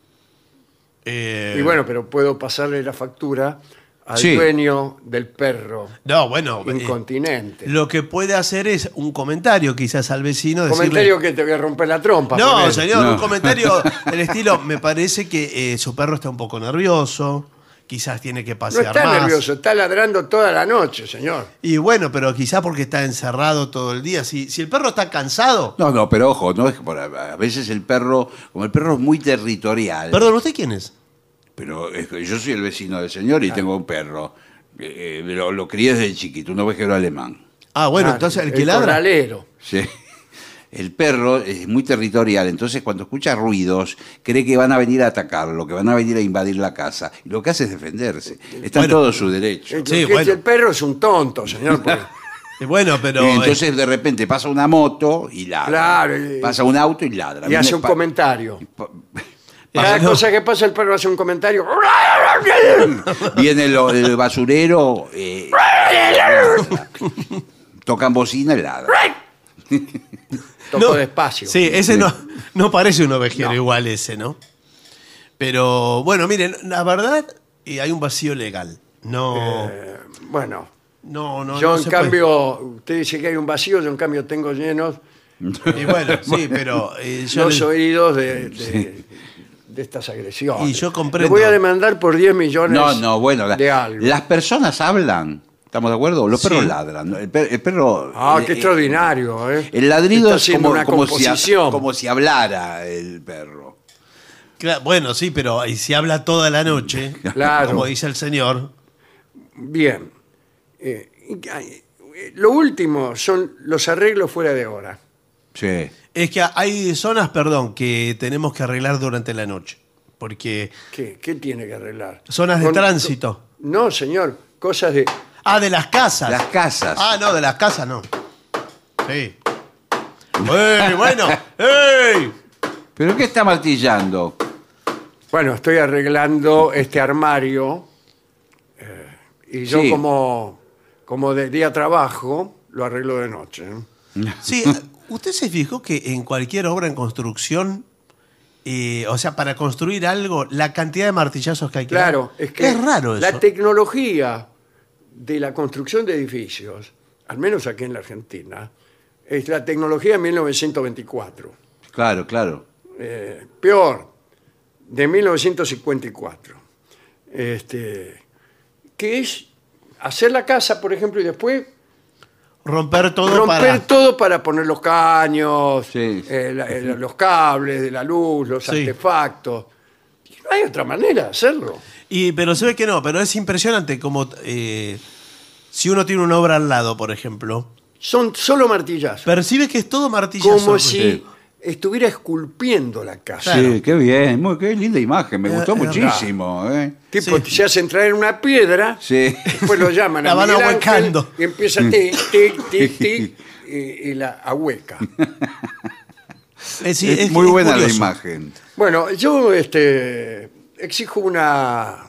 Y bueno, pero puedo pasarle la factura al Sí. dueño del perro No, bueno. incontinente. Lo que puede hacer es un comentario quizás al vecino. Comentario que te voy a romper la trompa. No, ponele. señor, No. un comentario del estilo, me parece que su perro está un poco nervioso, quizás tiene que No pasear está más. nervioso, está ladrando toda la noche, señor. Y bueno, pero quizás porque está encerrado todo el día. Si el perro está cansado... No, pero ojo, no es que a veces el perro, como el perro es muy territorial, Perdón, ¿usted quién es? pero es que yo soy el vecino del señor y tengo un perro. Lo crié desde chiquito, un ovejero alemán. Ah, bueno, entonces el que ladra... corralero. Sí. El perro es muy territorial, entonces cuando escucha ruidos cree que van a venir a atacarlo, que van a venir a invadir la casa. Y lo que hace es defenderse. Está en Bueno. todo su derecho. Sí, Que bueno. El perro es un tonto, señor. porque- Bueno, pero... Y entonces de repente pasa una moto y ladra. Claro, Pasa un auto y ladra. y hace Viene un comentario. pa- Cada no. cosa que pasa el perro hace un comentario. Viene el basurero, tocan bocina y ladra. Tocó despacio. Sí, ese no parece un ovejero No. igual ese, ¿no? Pero bueno, miren, la verdad, hay un vacío legal. No, Bueno, no yo no en se puede. cambio, usted dice que hay un vacío, yo en cambio tengo llenos Y bueno, sí, pero yo los le- oídos de estas agresiones. Y yo comprendo. Le voy a demandar por 10 millones No, bueno, de algo. las personas hablan. ¿Estamos de acuerdo? Los perros ladran. El perro. Ah, qué extraordinario, ¿eh? El ladrido Está es haciendo una composición. como si hablara el perro. Claro, bueno, sí, pero y si habla toda la noche, Claro. como dice el señor, Bien. Lo último son los arreglos fuera de hora. Sí. es que hay zonas, perdón, que tenemos que arreglar durante la noche. Porque ¿Qué tiene que arreglar? zonas de tránsito. No, señor. Cosas de... Ah, de las casas. Las casas. Ah, no, de las casas no. Sí. ¡Ey, bueno! ¡Ey! ¿Pero qué está martillando? Bueno, estoy arreglando este armario y yo Sí. como de día trabajo, lo arreglo de noche. ¿eh? Sí, ¿usted se fijó que en cualquier obra en construcción, o sea, para construir algo, la cantidad de martillazos que hay que dar? Claro, es que Es raro eso. la tecnología de la construcción de edificios, al menos aquí en la Argentina, es la tecnología de 1924. Claro, claro. Peor, de 1954. Que es hacer la casa, por ejemplo, y después Romper todo romper todo para poner los caños, Sí. los cables de la luz, los Sí. artefactos. Y no hay otra manera de hacerlo. Pero se ve que no, pero es impresionante como si uno tiene una obra al lado, por ejemplo, Son solo martillazos. percibe que es todo martillazo. Como si Sí. estuviera esculpiendo la casa. Claro. Sí, qué bien. Qué linda imagen. Me gustó es muchísimo. Tipo, Sí. se hacen traer una piedra, Sí. después lo llaman La a van Miguel Ángel ahuecando. y empieza tic, tic, tic, tic, y la ahueca. Es muy buena la curioso. imagen. Bueno, yo exijo una,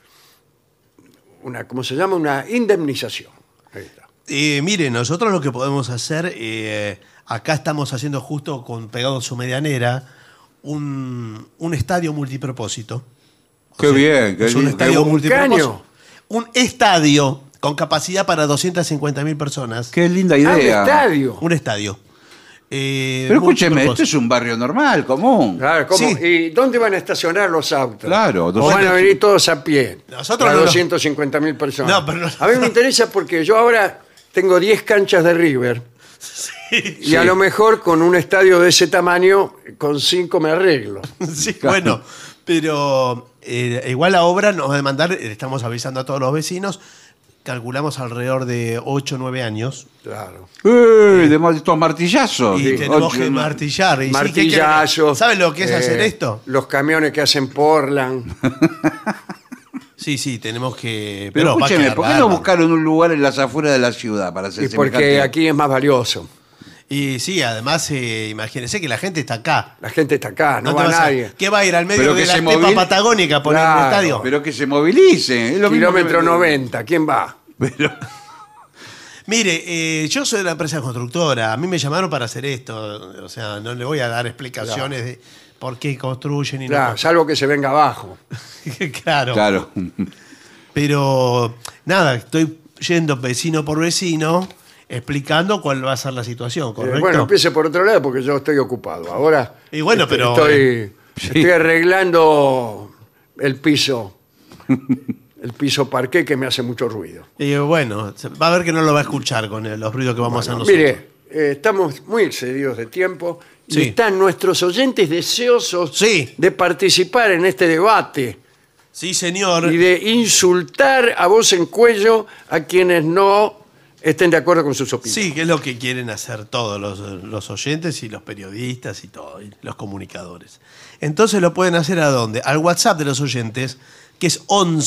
¿cómo se llama? Una indemnización. Ahí está. Mire, nosotros lo que podemos hacer, acá estamos haciendo justo pegado a su medianera, un estadio multipropósito. Qué bien. Es un qué estadio buen- multipropósito. caño. Un estadio con capacidad para 250.000 personas. qué linda Ah, un idea. estadio. Un estadio. Pero escúcheme, esto multipropósito. es un barrio normal, común. Claro, ¿cómo? Sí. ¿Y dónde van a estacionar los autos? Claro, O van a 200. venir todos a pie. Nosotros Para no- 250.000 personas. No, pero no- A mí me interesa porque yo ahora tengo 10 canchas de River. Y a lo mejor con un estadio de ese tamaño, con 5 me arreglo. Sí, bueno, pero igual la obra nos va a demandar, estamos avisando a todos los vecinos, calculamos alrededor de 8 o 9 años. Claro. De estos martillazos. Y tenemos que martillar. Y sí, Martillazos. ¿Saben lo que es hacer esto? Los camiones que hacen Portland. Sí, tenemos que... Pero va a escúcheme, quedar ¿por qué no bárbaro. buscaron un lugar en las afueras de la ciudad para hacer Y porque semejante- aquí es más valioso. Y sí, además, imagínense que la gente está acá. La gente está acá, no te va vas a- nadie. ¿Qué va a ir al medio Pero de que la se estepa movil- patagónica a poner Claro, el estadio? Pero que se movilicen. Es lo mismo Kilómetro que- 90, ¿quién va? Pero- Mire, yo soy de una empresa constructora. A mí me llamaron para hacer esto. O sea, no le voy a dar explicaciones de por qué construyen y Claro, no. salvo que se venga abajo. Claro. Claro. Pero nada, estoy yendo vecino por vecino explicando cuál va a ser la situación, ¿correcto? Bueno, empiece por otro lado porque yo estoy ocupado. Ahora Y bueno, pero- estoy arreglando el piso parqué que me hace mucho ruido. Y bueno, va a ver que no lo va a escuchar con los ruidos que vamos a hacer nosotros. Mire, estamos muy excedidos de tiempo y Sí. están nuestros oyentes deseosos Sí. de participar en este debate Sí, señor. y de insultar a voz en cuello a quienes no estén de acuerdo con sus opiniones. Sí, que es lo que quieren hacer todos los oyentes y los periodistas y todos, y los comunicadores. Entonces lo pueden hacer ¿a dónde? Al WhatsApp de los oyentes, que es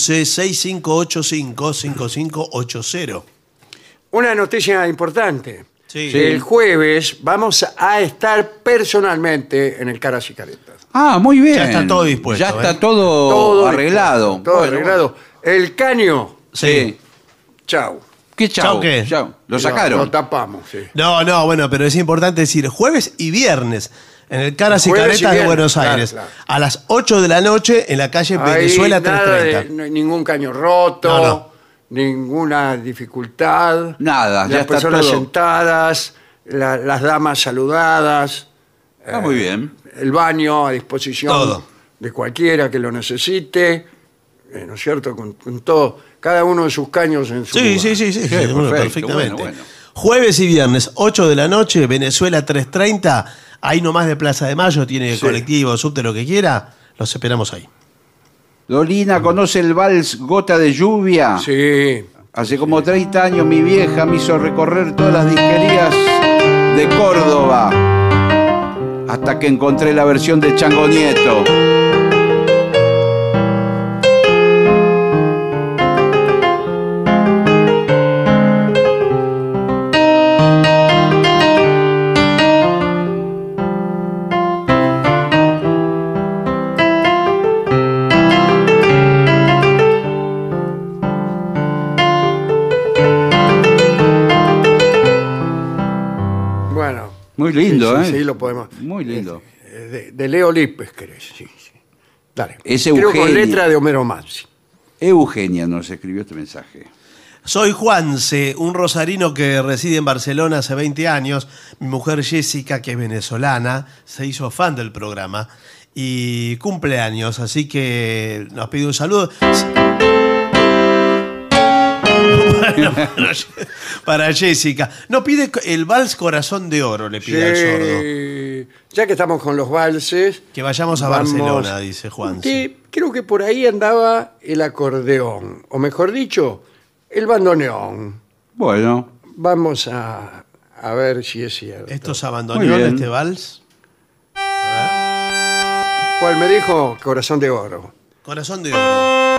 11-6585-5580. Una noticia importante. Sí. El jueves vamos a estar personalmente en el Caras y Caretas. Ah, muy bien. Ya está todo dispuesto, Ya está ¿eh? todo, arreglado. Todo Bueno, arreglado. El caño, Sí. chau. ¿Qué chau? ¿Chau qué? Chau. Lo Lo sacaron. tapamos, sí. No, bueno, pero es importante decir jueves y viernes en el Caras y Jueves y Caretas de viernes, Buenos claro, Aires. claro. A las 8 de la noche en la calle Ahí Venezuela nada 330. no hay ningún caño roto, No. ninguna dificultad. Nada, ya Las está personas todo. sentadas, las damas saludadas, Está muy bien. el baño a disposición Todo. de cualquiera que lo necesite, ¿no es cierto? Con todo, cada uno de sus caños en su Sí, lugar. sí, perfecto, perfectamente. bueno. Jueves y viernes, 8 de la noche, Venezuela 330, ahí nomás de Plaza de Mayo, tiene Sí. colectivo, subte, lo que quiera, los esperamos ahí. Dolina, ¿conoce el vals Gota de Lluvia? Sí, Hace como 30 años mi vieja me hizo recorrer todas las disquerías de Córdoba hasta que encontré la versión de Chango Nieto. bueno. Muy lindo, sí, ¿eh? Sí, lo podemos. Muy lindo. De Leo Lipes, ¿querés? Sí. Dale. Es Creo con Eugenia. letra de Homero Mansi. Eugenia nos escribió este mensaje. Soy Juanse, un rosarino que reside en Barcelona hace 20 años. Mi mujer Jessica, que es venezolana, se hizo fan del programa y cumple años, así que nos pide un saludo. Bueno, para Jessica. No pide el vals Corazón de Oro, le pide al sordo. Sí. Ya que estamos con los valses. Que vayamos a Barcelona, dice Juan. Que creo que por ahí andaba el acordeón, o mejor dicho, el bandoneón. Bueno, Vamos a ver si es cierto. ¿Estos Muy abandoneón, bien. este vals? ¿Cuál me dijo? Corazón de oro. Corazón de Oro.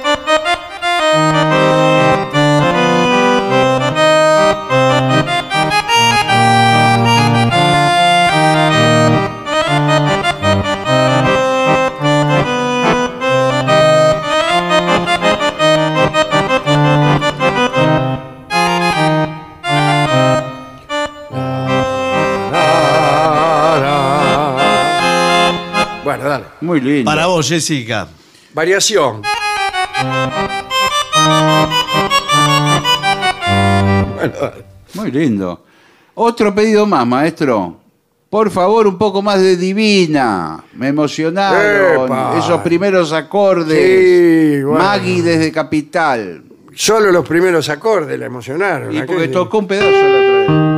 Bueno, dale. muy lindo. Para vos, Jessica. Variación. Bueno, dale. Muy lindo. Otro pedido más, maestro. Por favor, un poco más de Divina. Me emocionaron ¡Epa! esos primeros acordes. Sí, bueno. Maggie desde Capital. Solo los primeros acordes la emocionaron. Y ¿a qué porque sí? tocó un pedazo la otra vez.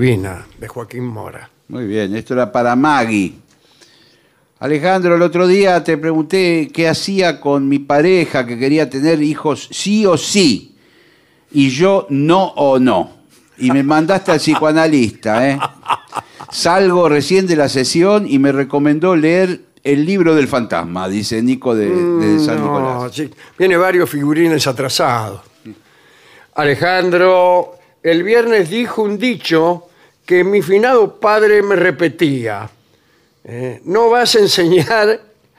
divina, de Joaquín Mora. Muy bien, esto era para Maggie. Alejandro, el otro día te pregunté qué hacía con mi pareja que quería tener hijos sí o sí, y yo no o no. Y me mandaste al psicoanalista, ¿eh? Salgo recién de la sesión y me recomendó leer El libro del fantasma, dice Nico de San No, Nicolás. sí, viene varios figurines atrasados. Alejandro, el viernes dijo un dicho que mi finado padre me repetía. No vas a enseñar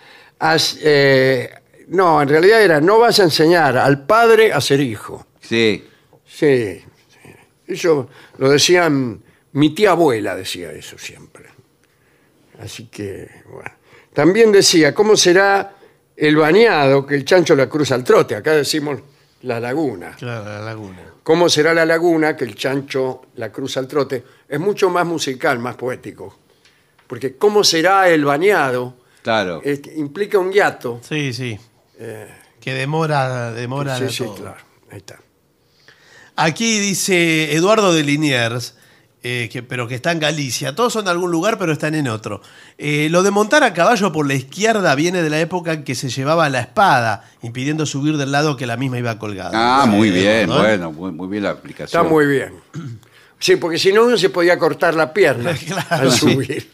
no, en realidad era, no vas a enseñar al padre a ser hijo. Sí. Sí, sí. Eso lo decían, mi tía abuela decía eso siempre. Así que, bueno. También decía, ¿cómo será el bañado que el chancho la cruza al trote? Acá decimos la laguna. Claro, la laguna. ¿Cómo será la laguna que el chancho la cruza al trote? Es mucho más musical, más poético. Porque ¿cómo será el bañado? Claro. Implica un hiato. Sí, sí. Que demora Sí, de sí, todo. claro. Ahí está. Aquí dice Eduardo de Liniers, pero que está en Galicia. Todos son de algún lugar, pero están en otro. Lo de montar a caballo por la izquierda viene de la época en que se llevaba la espada, impidiendo subir del lado que la misma iba colgada. Ah, muy bien, ¿no? bueno, muy bien la aplicación. Está muy bien. Sí, porque si no uno se podía cortar la pierna Claro. al subir.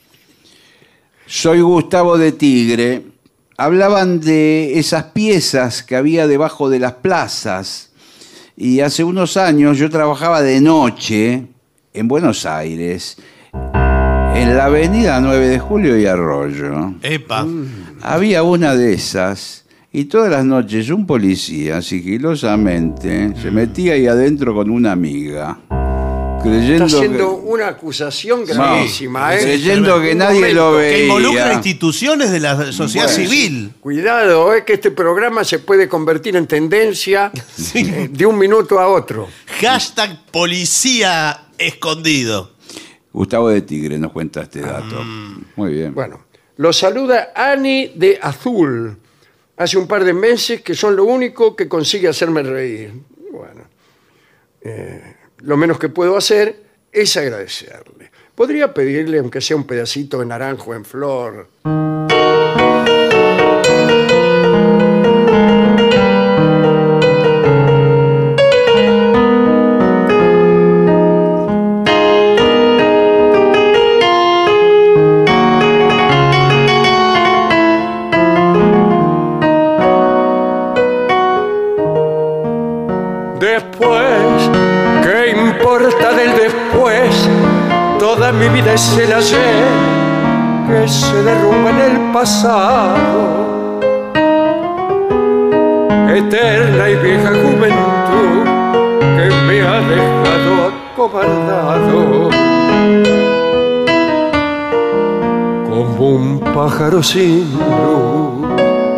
Soy Gustavo de Tigre. Hablaban de esas piezas que había debajo de las plazas. Y hace unos años yo trabajaba de noche en Buenos Aires, en la avenida 9 de Julio y Arroyo. Epa. Había una de esas y todas las noches un policía sigilosamente se metía ahí adentro con una amiga. Creyendo Está haciendo que... una acusación gravísima, ¿eh? Creyendo que Un nadie lo momento, veía. Que involucra instituciones de la sociedad Bueno, civil. Cuidado, que este programa se puede convertir en tendencia de un minuto a otro. Hashtag policía escondido. Gustavo de Tigre nos cuenta este dato. Muy bien. Bueno, lo saluda Ani de Azul. Hace un par de meses que son lo único que consigue hacerme reír. Bueno, lo menos que puedo hacer es agradecerle. Podría pedirle, aunque sea un pedacito de naranjo en flor. Después, ¿qué importa del después? Toda mi vida es el ayer que se derrumba en el pasado. Eterna y vieja juventud que me ha dejado acobardado. Como un pájaro sin luz.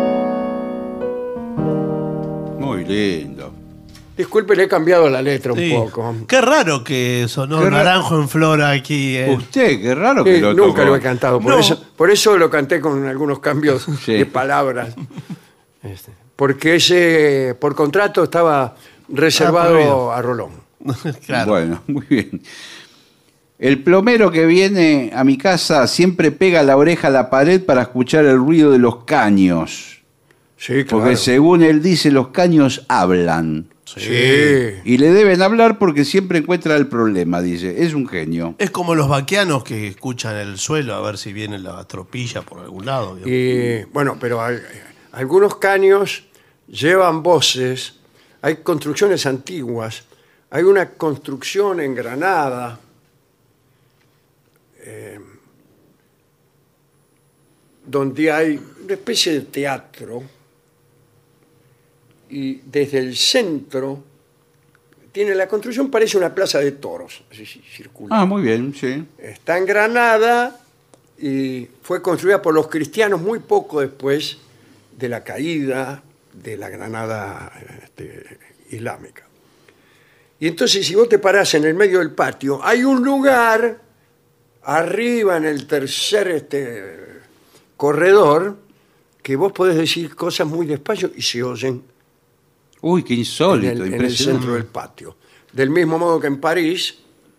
Muy lindo. Disculpe, le he cambiado la letra un Sí. poco. Qué raro que sonó Qué naranjo en flor aquí. Usted, qué raro que lo Nunca tocó. lo he cantado, No. por eso lo canté con algunos cambios Sí. de palabras. Porque ese, por contrato, estaba reservado prohibido. a Rolón. Claro. Bueno, muy bien. El plomero que viene a mi casa siempre pega la oreja a la pared para escuchar el ruido de los caños. Sí, claro. Porque según él dice, los caños hablan. Sí. Y le deben hablar porque siempre encuentra el problema, dice. Es un genio. Es como los vaqueanos que escuchan el suelo a ver si viene la tropilla por algún lado. digamos. Y bueno, pero algunos caños llevan voces. Hay construcciones antiguas. Hay una construcción en Granada. Donde hay una especie de teatro y desde el centro tiene la construcción, parece una plaza de toros, así circular. Ah, muy bien, sí. Está en Granada y fue construida por los cristianos muy poco después de la caída de la Granada islámica. Y entonces, si vos te parás en el medio del patio, hay un lugar arriba en el tercer corredor que vos podés decir cosas muy despacio y se oyen Uy, qué insólito, en el impresionante. centro del patio. Del mismo modo que en París,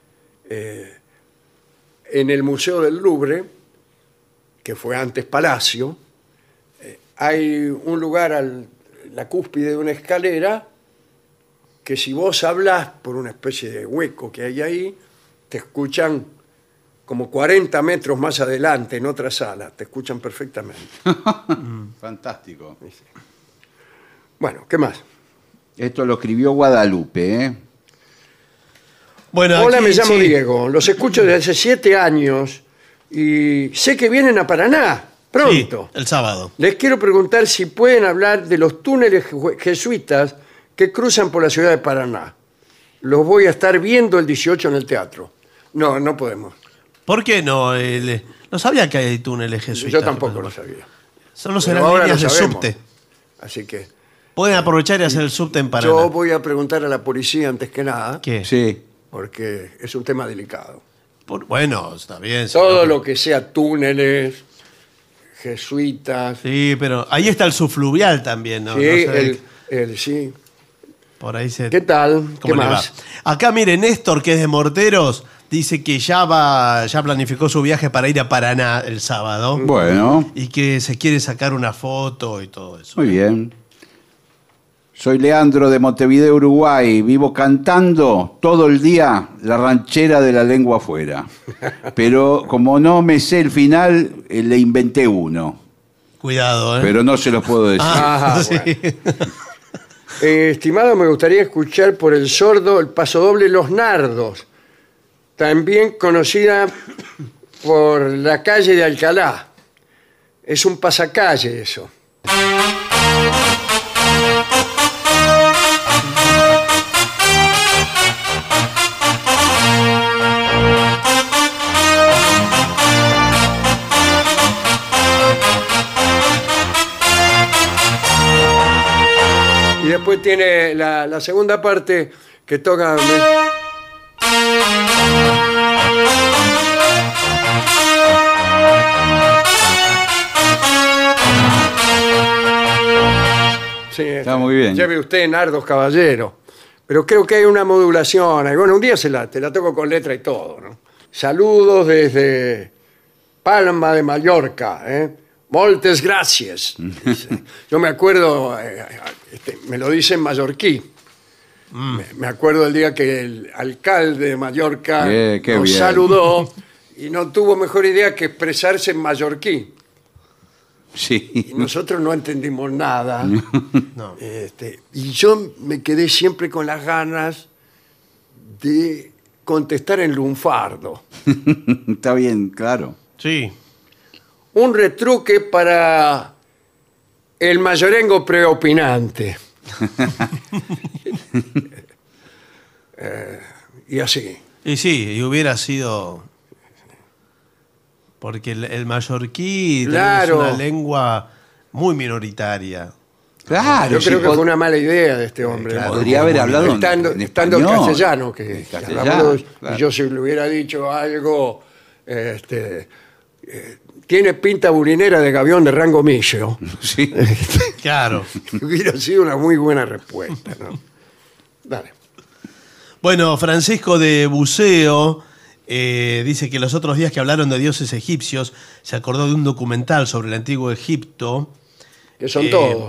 En el Museo del Louvre, que fue antes Palacio, hay un lugar la cúspide de una escalera que si vos hablas por una especie de hueco que hay ahí, te escuchan como 40 metros más adelante en otra sala, te escuchan perfectamente. Fantástico. Bueno, ¿qué más? Esto lo escribió Guadalupe, ¿eh? Bueno, Hola, aquí, me llamo sí. Diego, los escucho desde hace 7 años y sé que vienen a Paraná pronto. Sí, el sábado. Les quiero preguntar si pueden hablar de los túneles jesuitas que cruzan por la ciudad de Paraná. Los voy a estar viendo el 18 en el teatro. No, no podemos. ¿Por qué no? No sabía que hay túneles jesuitas. Yo tampoco lo sabía. Solo Pero serán ahora líneas lo de sabemos. subte. Así que Pueden aprovechar y hacer el subte en Paraná. yo voy a preguntar a la policía antes que nada, ¿Qué? Sí. porque es un tema delicado. Bueno, está bien. Todo señor. lo que sea túneles, jesuitas, Sí, pero ahí está el subfluvial también, ¿no? sí, No sé, sí. por ahí se... ¿Qué tal? ¿Qué ¿Cómo le más? va? Acá, mire, Néstor, que es de Morteros, dice que ya planificó su viaje para ir a Paraná el sábado. Bueno, Y que se quiere sacar una foto y todo eso. muy bien. Soy Leandro de Montevideo, Uruguay. Vivo cantando todo el día la ranchera de la lengua afuera. Pero como no me sé el final, le inventé uno. Cuidado, ¿eh? Pero no se los puedo decir. Ah, sí. Estimado, me gustaría escuchar por el sordo el pasodoble Los Nardos, también conocida por la calle de Alcalá. Es un pasacalle eso. Y después tiene la segunda parte que toca... Sí, Está muy bien. Lleve usted Nardos Caballero. Pero creo que hay una modulación. Y bueno, un día te la toco con letra y todo, ¿no? Saludos desde Palma de Mallorca, ¿eh? Moltes gracias. Dice. Yo me acuerdo, me lo dice en mallorquí. Me acuerdo el día que el alcalde de Mallorca Qué nos bien. saludó y no tuvo mejor idea que expresarse en mallorquí. Sí. Y nosotros no entendimos nada. No. Y yo me quedé siempre con las ganas de contestar en lunfardo. Está bien, claro. Sí. Un retruque para el mayorengo preopinante. Y así. Y sí, y hubiera sido... Porque el mallorquí también Claro. es una lengua muy minoritaria. Claro. Yo creo sí, que fue una mala idea de este hombre. claro. Podría haber hablado Estando en estando el español. castellano, que En castellano, hablamos, claro. y yo si le hubiera dicho algo, tiene pinta bulinera de gavión de rango millo. Sí. Claro. Hubiera sido una muy buena respuesta, ¿no? Dale. Bueno, Francisco de Buceo dice que los otros días que hablaron de dioses egipcios se acordó de un documental sobre el antiguo Egipto Que son todos.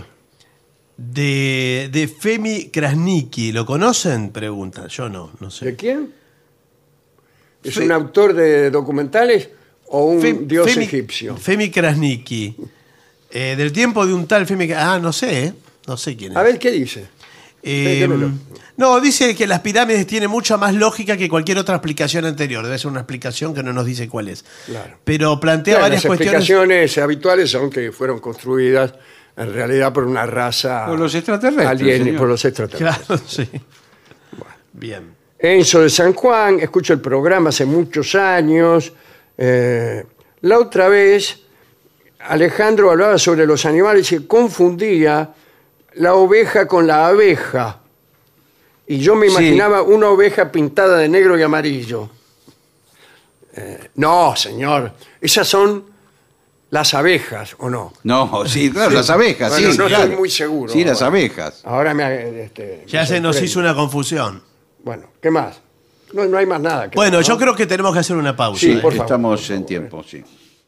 de Femi Krasniqi. ¿Lo conocen? Pregunta. Yo no sé. ¿De quién? ¿Es un autor de documentales o un dios egipcio? Femi Krasniqi. Del tiempo de un tal Femi... no sé, no sé quién es. A ver, ¿qué dice? Démelo. No, dice que las pirámides tienen mucha más lógica que cualquier otra explicación anterior. Debe ser una explicación que no nos dice cuál es. Claro. Pero plantea Claro, varias las cuestiones. explicaciones habituales son que fueron construidas en realidad por una raza Por los extraterrestres, señor. por los extraterrestres. Claro, sí. Bien. Enzo de San Juan, escucho el programa hace muchos años. La otra vez, Alejandro hablaba sobre los animales y confundía la oveja con la abeja. Y yo me Sí. imaginaba una oveja pintada de negro y amarillo. No, señor, esas son las abejas, ¿o no? No, sí, claro, las abejas, Bueno, sí. no claro. estoy muy seguro. Sí, las Ahora. abejas. Ahora Ya se nos sorprende. hizo una confusión. Bueno, ¿qué más? No hay más nada. Bueno, ¿no? yo creo que tenemos que hacer una pausa. Sí, por favor. Estamos en tiempo, sí.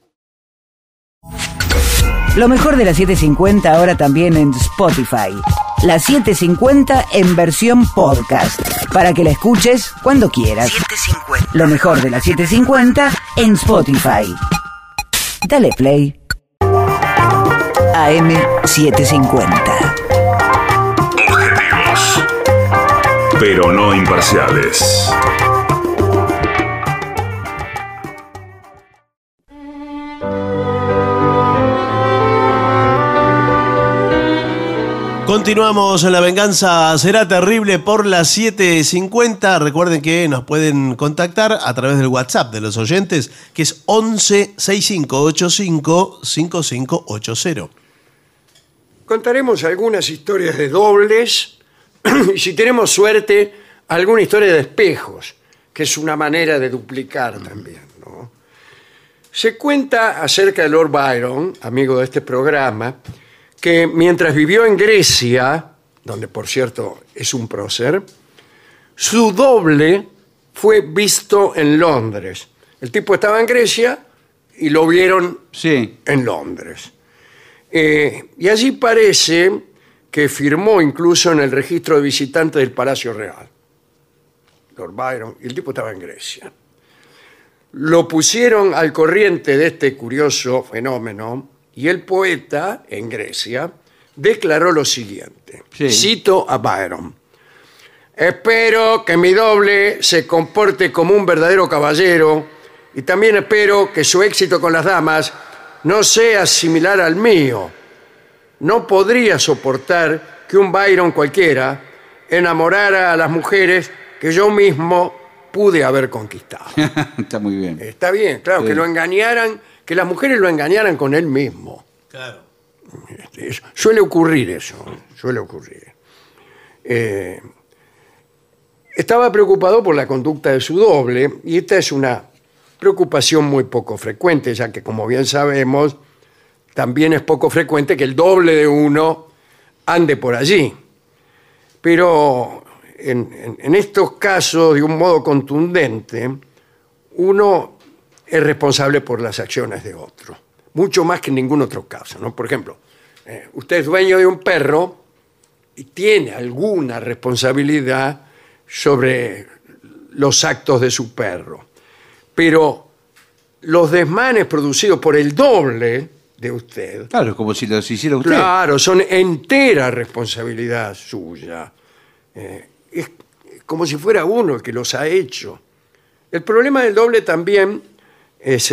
Lo mejor de la 750 ahora también en Spotify. La 750 en versión podcast. Para que la escuches cuando quieras. 750. Lo mejor de la 750 en Spotify. Dale play. AM750. Objetivos, pero no imparciales. Continuamos en La Venganza Será Terrible por las 7:50. Recuerden que nos pueden contactar a través del WhatsApp de los oyentes, que es 11 6585 5580. Contaremos algunas historias de dobles y si tenemos suerte, alguna historia de espejos, que es una manera de duplicar también, ¿no? Se cuenta acerca de Lord Byron, amigo de este programa, que mientras vivió en Grecia, donde por cierto es un prócer, su doble fue visto en Londres. El tipo estaba en Grecia y lo vieron Sí. en Londres. Y allí parece que firmó incluso en el registro de visitantes del Palacio Real. Lord Byron, y el tipo estaba en Grecia. Lo pusieron al corriente de este curioso fenómeno y el poeta, en Grecia, declaró lo siguiente. Sí. Cito a Byron. Espero que mi doble se comporte como un verdadero caballero y también espero que su éxito con las damas no sea similar al mío. No podría soportar que un Byron cualquiera enamorara a las mujeres que yo mismo pude haber conquistado. Está muy bien. Está bien, claro, Sí. que lo engañaran, que las mujeres lo engañaran con él mismo. Claro. Suele ocurrir eso, suele ocurrir. Estaba preocupado por la conducta de su doble y esta es una preocupación muy poco frecuente, ya que como bien sabemos, también es poco frecuente que el doble de uno ande por allí. Pero en estos casos, de un modo contundente, uno es responsable por las acciones de otro, mucho más que en ningún otro caso, ¿no? Por ejemplo, usted es dueño de un perro y tiene alguna responsabilidad sobre los actos de su perro, pero los desmanes producidos por el doble de usted, Claro, es como si los hiciera usted. claro, son entera responsabilidad suya. Es como si fuera uno el que los ha hecho. El problema del doble también es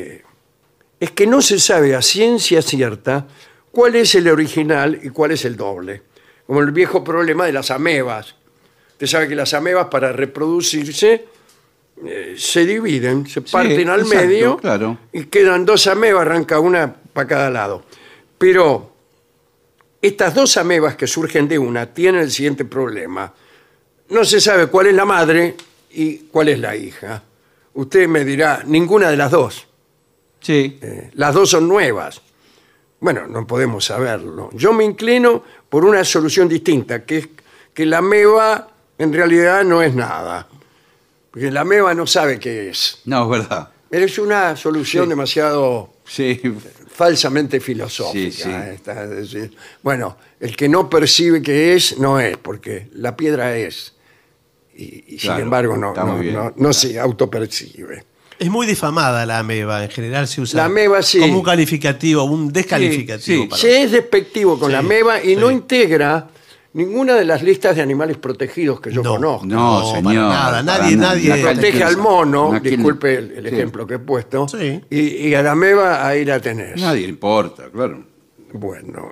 que no se sabe a ciencia cierta cuál es el original y cuál es el doble. Como el viejo problema de las amebas. Usted sabe que las amebas para reproducirse se dividen, se parten al exacto, medio claro. y quedan dos amebas, arranca una para cada lado. Pero estas dos amebas que surgen de una tienen el siguiente problema. No se sabe cuál es la madre y cuál es la hija. Usted me dirá, ninguna de las dos. Sí. Las dos son nuevas. Bueno, no podemos saberlo. Yo me inclino por una solución distinta, que es que la ameba en realidad no es nada. Porque la ameba no sabe qué es. No, es verdad. Pero es una solución Sí. demasiado Sí. falsamente filosófica. Sí, sí. Esta, es decir, bueno, el que no percibe qué es, no es, porque la piedra es. Y sin Claro, embargo está muy bien. no se autopercibe. Es muy difamada la ameba, en general se usa La ameba, sí. como un calificativo, un descalificativo. Sí, para- Se es despectivo con Sí, la ameba y no sí. integra ninguna de las listas de animales protegidos que yo No, conozco. No, No, señor. para nada. Nadie- nadie- Acá Protege quién- al mono, ¿a quién- disculpe el Sí. ejemplo que he puesto, Sí. y a la ameba ahí la tenés. Nadie le importa, claro. Bueno,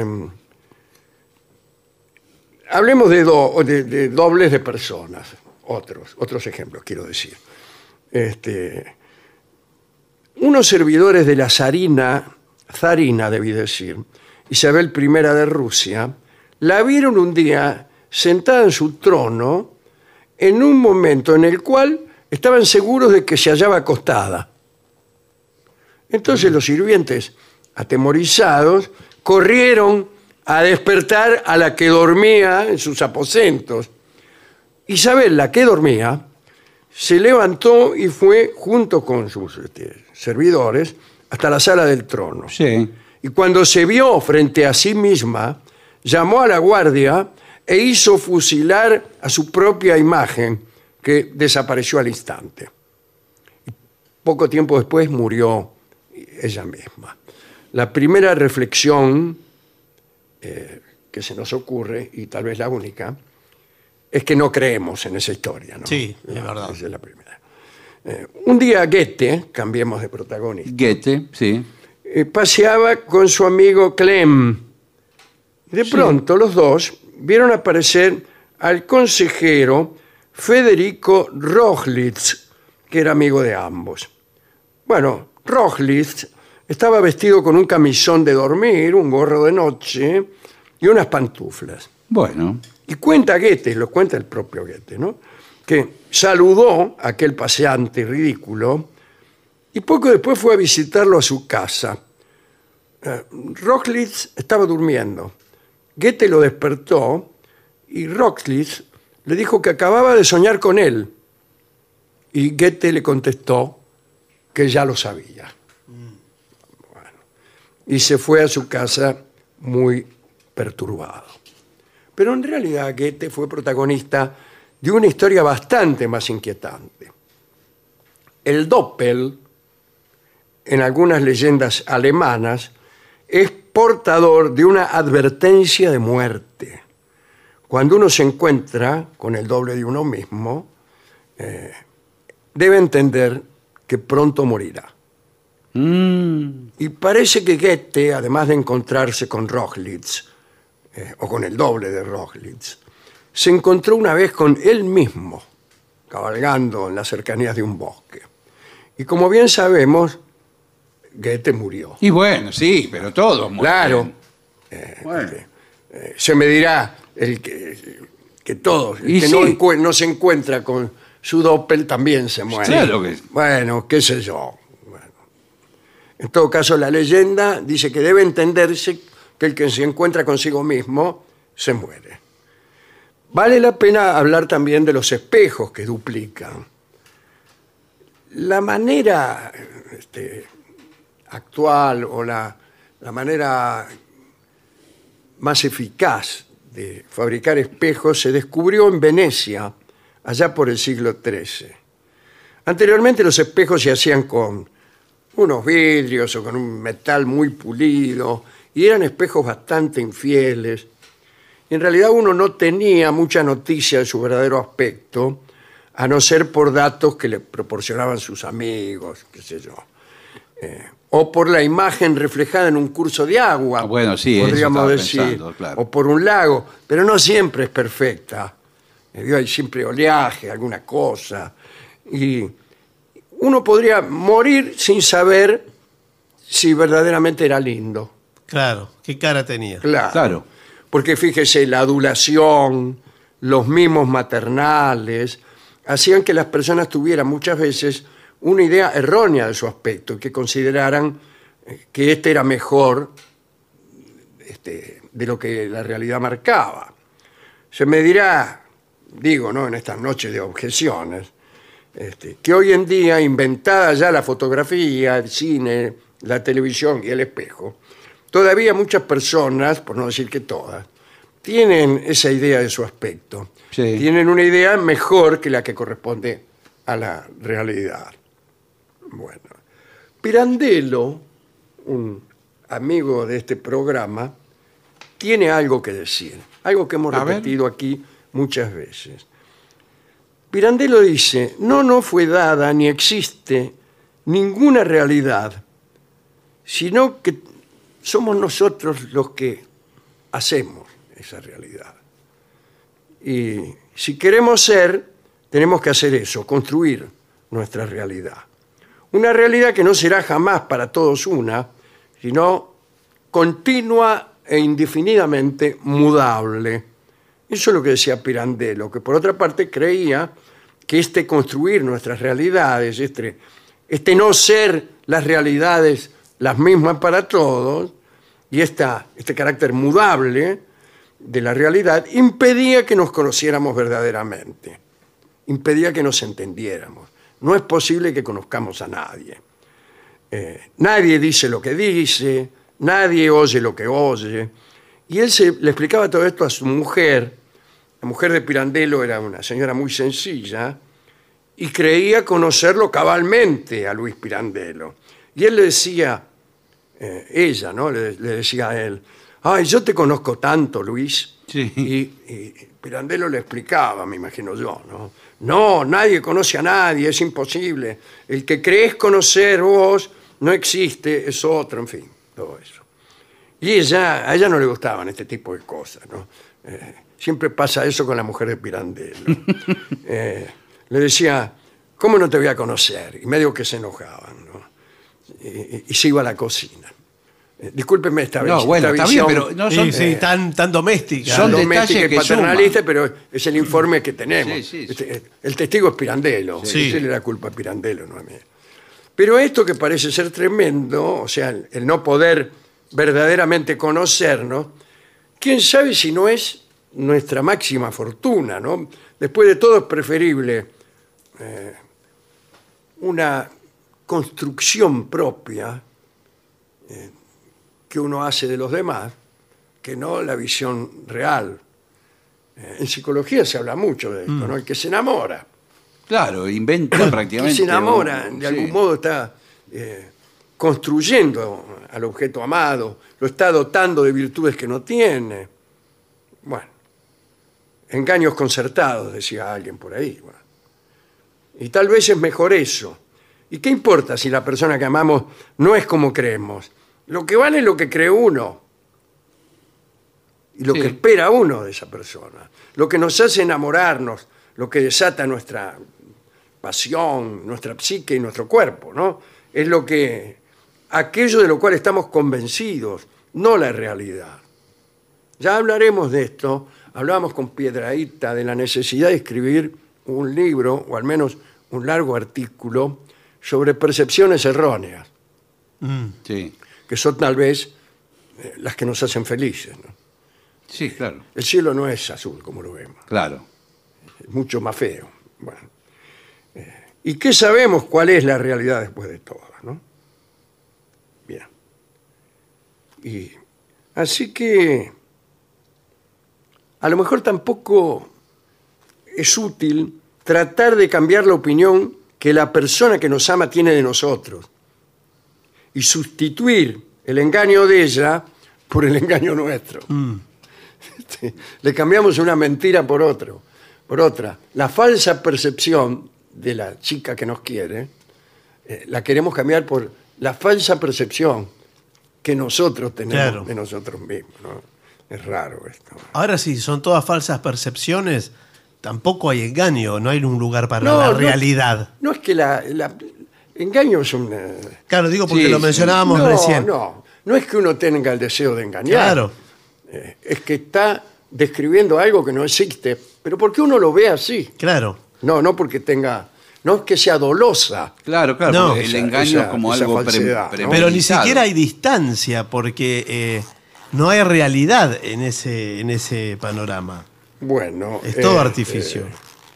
hablemos de dobles de personas, otros ejemplos quiero decir. Unos servidores de la zarina debí decir, Isabel I de Rusia, la vieron un día sentada en su trono en un momento en el cual estaban seguros de que se hallaba acostada. Entonces los sirvientes, atemorizados, corrieron a despertar a la que dormía en sus aposentos. Isabel, la que dormía, se levantó y fue junto con sus servidores hasta la sala del trono. Sí. Y cuando se vio frente a sí misma, llamó a la guardia e hizo fusilar a su propia imagen, que desapareció al instante. Y poco tiempo después murió ella misma. La primera reflexión que se nos ocurre, y tal vez la única, es que no creemos en esa historia, ¿no? Sí, es verdad. Esa es la primera. Un día Goethe, cambiemos de protagonista, Goethe, sí. paseaba con su amigo Clem. De pronto los dos vieron aparecer al consejero Federico Rochlitz, que era amigo de ambos. Bueno, Rochlitz estaba vestido con un camisón de dormir, un gorro de noche y unas pantuflas. Bueno. Y cuenta Goethe, lo cuenta el propio Goethe, ¿no?, que saludó a aquel paseante ridículo y poco después fue a visitarlo a su casa. Rochlitz estaba durmiendo. Goethe lo despertó y Rochlitz le dijo que acababa de soñar con él. Y Goethe le contestó que ya lo sabía. Bueno, y se fue a su casa muy perturbado. Pero en realidad Goethe fue protagonista de una historia bastante más inquietante. El Doppel, en algunas leyendas alemanas, es portador de una advertencia de muerte. Cuando uno se encuentra con el doble de uno mismo, debe entender que pronto morirá. Y parece que Goethe, además de encontrarse con Rochlitz, o con el doble de Rochlitz, se encontró una vez con él mismo, cabalgando en las cercanías de un bosque. Y como bien sabemos, Goethe murió. Y bueno, sí, pero todos mueren. Claro. Bueno. Se me dirá el que todos, el Y que sí. no se encuentra con su doppel también se muere. Claro que- Bueno, qué sé yo. Bueno. En todo caso, la leyenda dice que debe entenderse que el que se encuentra consigo mismo se muere. Vale la pena hablar también de los espejos que duplican. La manera actual o la manera más eficaz de fabricar espejos se descubrió en Venecia, allá por el siglo XIII. Anteriormente los espejos se hacían con unos vidrios o con un metal muy pulido y eran espejos bastante infieles. Y en realidad uno no tenía mucha noticia de su verdadero aspecto, a no ser por datos que le proporcionaban sus amigos, qué sé yo. O por la imagen reflejada en un curso de agua, Bueno, sí, eso podríamos estaba decir, pensando, claro. o por un lago, pero no siempre es perfecta. Hay siempre oleaje, alguna cosa. Y uno podría morir sin saber si verdaderamente era lindo. Claro, qué cara tenía. Claro. Porque fíjese, la adulación, los mimos maternales, hacían que las personas tuvieran muchas veces una idea errónea de su aspecto, que consideraran que este era mejor de lo que la realidad marcaba. Se me dirá, digo, ¿no?, en estas noches de objeciones, que hoy en día, inventada ya la fotografía, el cine, la televisión y el espejo, todavía muchas personas, por no decir que todas, tienen esa idea de su aspecto. Sí. Tienen una idea mejor que la que corresponde a la realidad. Bueno, Pirandello, un amigo de este programa, tiene algo que decir, algo que hemos A ver. repetido aquí muchas veces. Pirandello dice, no fue dada ni existe ninguna realidad, sino que somos nosotros los que hacemos esa realidad. Y si queremos ser, tenemos que hacer eso, construir nuestra realidad. Una realidad que no será jamás para todos una, sino continua e indefinidamente mudable. Eso es lo que decía Pirandello, que por otra parte creía que construir nuestras realidades, este no ser las realidades las mismas para todos, y este carácter mudable de la realidad impedía que nos conociéramos verdaderamente. impedía que nos entendiéramos. No es posible que conozcamos a nadie. Nadie dice lo que dice, nadie oye lo que oye. Y él le explicaba todo esto a su mujer. La mujer de Pirandello era una señora muy sencilla y creía conocerlo cabalmente a Luis Pirandello. Y él le decía, ella, ¿no? Le decía a él, ay, yo te conozco tanto, Luis. Sí. Y Pirandello le explicaba, me imagino yo, ¿no? No, nadie conoce a nadie, es imposible. El que crees conocer vos no existe, es otro, en fin, todo eso. Y a ella no le gustaban este tipo de cosas, ¿no? Siempre pasa eso con la mujer de Pirandello. Le decía, ¿cómo no te voy a conocer? Y medio que se enojaban, ¿no? Y se iba a la cocina. Discúlpeme esta vez. No, bueno, está bien, pero no son... Sí, tan doméstica. Son doméstica detalles y que paternalista, suman. pero es el informe que tenemos. Sí. El testigo es Pirandello. Sí. Ese le da culpa a Pirandello, no a mí. Pero esto que parece ser tremendo, o sea, el no poder verdaderamente conocernos, quién sabe si no es nuestra máxima fortuna, ¿no? Después de todo es preferible una construcción propia que uno hace de los demás que no la visión real. En psicología se habla mucho de esto, ¿no? El que se enamora. Claro, inventa Que prácticamente. se enamora, de algún modo está construyendo al objeto amado, lo está dotando de virtudes que no tiene. Bueno, engaños concertados, decía alguien por ahí. Bueno. Y tal vez es mejor eso. ¿Y qué importa si la persona que amamos no es como creemos? Lo que vale es lo que cree uno y lo que espera uno de esa persona. Lo que nos hace enamorarnos, lo que desata nuestra pasión, nuestra psique y nuestro cuerpo, ¿no? Es aquello de lo cual estamos convencidos, no la realidad. Ya hablaremos de esto. Hablábamos con Piedrahíta de la necesidad de escribir un libro, o al menos un largo artículo, sobre percepciones erróneas, Sí. que son tal vez las que nos hacen felices, ¿no? Sí, claro. El cielo no es azul, como lo vemos, Claro. es mucho más feo. Bueno. ¿Y qué sabemos cuál es la realidad después de todo, ¿no? Bien. Y así que a lo mejor tampoco es útil tratar de cambiar la opinión que la persona que nos ama tiene de nosotros y sustituir el engaño de ella por el engaño nuestro. Le cambiamos una mentira por otra. La falsa percepción de la chica que nos quiere, la queremos cambiar por la falsa percepción que nosotros tenemos Claro. de nosotros mismos, ¿no? Es raro esto. Ahora sí, son todas falsas percepciones. Tampoco hay engaño, no hay un lugar para No, la no. realidad. No es que engaño es un... Claro, digo porque Sí, lo sí. mencionábamos recién. No es que uno tenga el deseo de engañar. Claro. Es que está describiendo algo que no existe, pero porque uno lo ve así. Claro. No porque tenga... No es que sea dolosa. Claro, No. porque el engaño es como esa algo falsedad, ¿no? Pero ni premeditado. siquiera hay distancia porque no hay realidad en ese panorama. Bueno... Es todo artificio.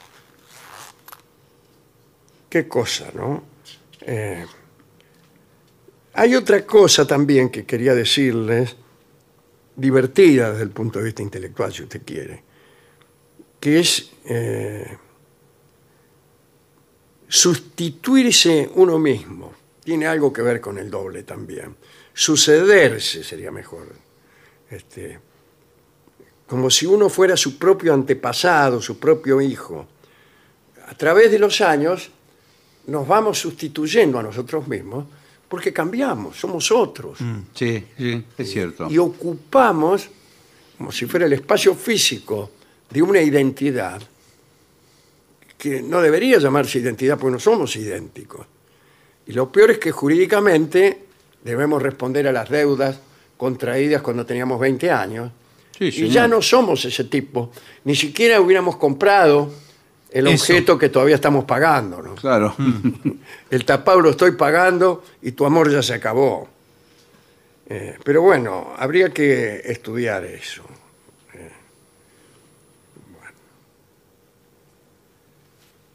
Qué cosa, ¿no? Hay otra cosa también que quería decirles, divertida desde el punto de vista intelectual, si usted quiere, que es sustituirse uno mismo. Tiene algo que ver con el doble también. Sucederse sería mejor. Como si uno fuera su propio antepasado, su propio hijo. A través de los años nos vamos sustituyendo a nosotros mismos porque cambiamos, somos otros. Sí, es cierto. Y ocupamos, como si fuera el espacio físico de una identidad que no debería llamarse identidad porque no somos idénticos. Y lo peor es que jurídicamente debemos responder a las deudas contraídas cuando teníamos 20 años. Sí, y señor. ya no somos ese tipo. Ni siquiera hubiéramos comprado el Eso. objeto que todavía estamos pagando, ¿no? Claro. El tapado lo estoy pagando y tu amor ya se acabó. Pero bueno, habría que estudiar eso. Bueno.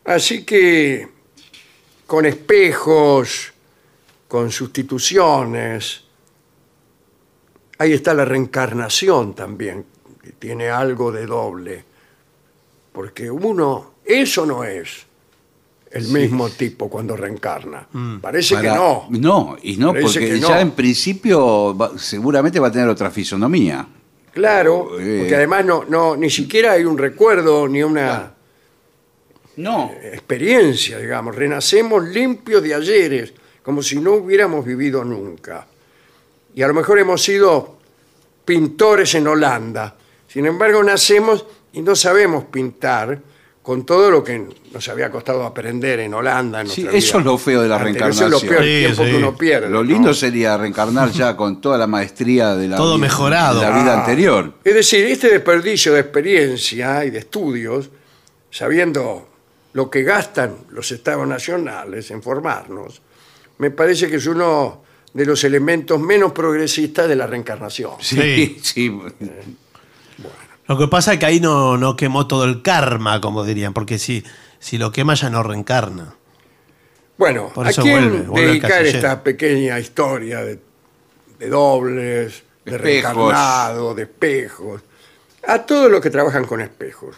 Así que con espejos, con sustituciones, ahí está la reencarnación también, que tiene algo de doble, porque uno, eso no es el mismo tipo cuando reencarna. Parece que no. No, y no, Parece porque que no. ya en principio seguramente va a tener otra fisonomía. Claro, porque además ni siquiera hay un recuerdo ni una No. experiencia, digamos. Renacemos limpios de ayeres, como si no hubiéramos vivido nunca. Y a lo mejor hemos sido pintores en Holanda. Sin embargo, nacemos y no sabemos pintar con todo lo que nos había costado aprender en Holanda. En Sí, nuestra eso vida es lo feo de la anterior. Eso es lo reencarnación. peor, el tiempo que uno pierde. Lo ¿no? lindo sería reencarnar ya con toda la maestría de la Todo vida, mejorado. de la vida anterior. Es decir, este desperdicio de experiencia y de estudios, sabiendo lo que gastan los estados nacionales en formarnos, me parece que es uno de los elementos menos progresistas de la reencarnación. Sí, sí. Lo que pasa es que ahí no quemó todo el karma, como dirían, porque si lo quema ya no reencarna. Bueno, Por ¿a eso quién vuelve al dedicar casillero. esta pequeña historia de dobles, de Espejos. reencarnado, de espejos? A todos los que trabajan con espejos.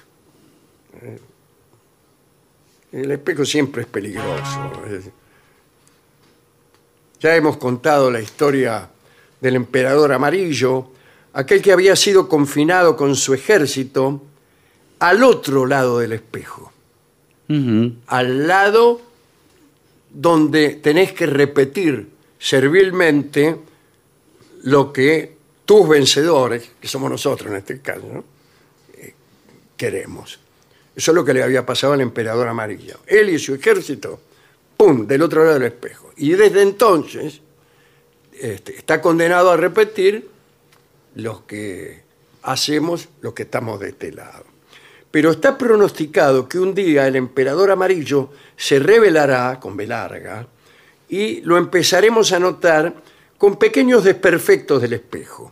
El espejo siempre es peligroso. Ya hemos contado la historia del emperador amarillo, aquel que había sido confinado con su ejército al otro lado del espejo, al lado donde tenés que repetir servilmente lo que tus vencedores, que somos nosotros en este caso, ¿no? Queremos. Eso es lo que le había pasado al emperador amarillo. Él y su ejército, ¡pum!, del otro lado del espejo. Y desde entonces está condenado a repetir lo que hacemos los que estamos de este lado. Pero está pronosticado que un día el emperador amarillo se revelará con B larga y lo empezaremos a notar con pequeños desperfectos del espejo.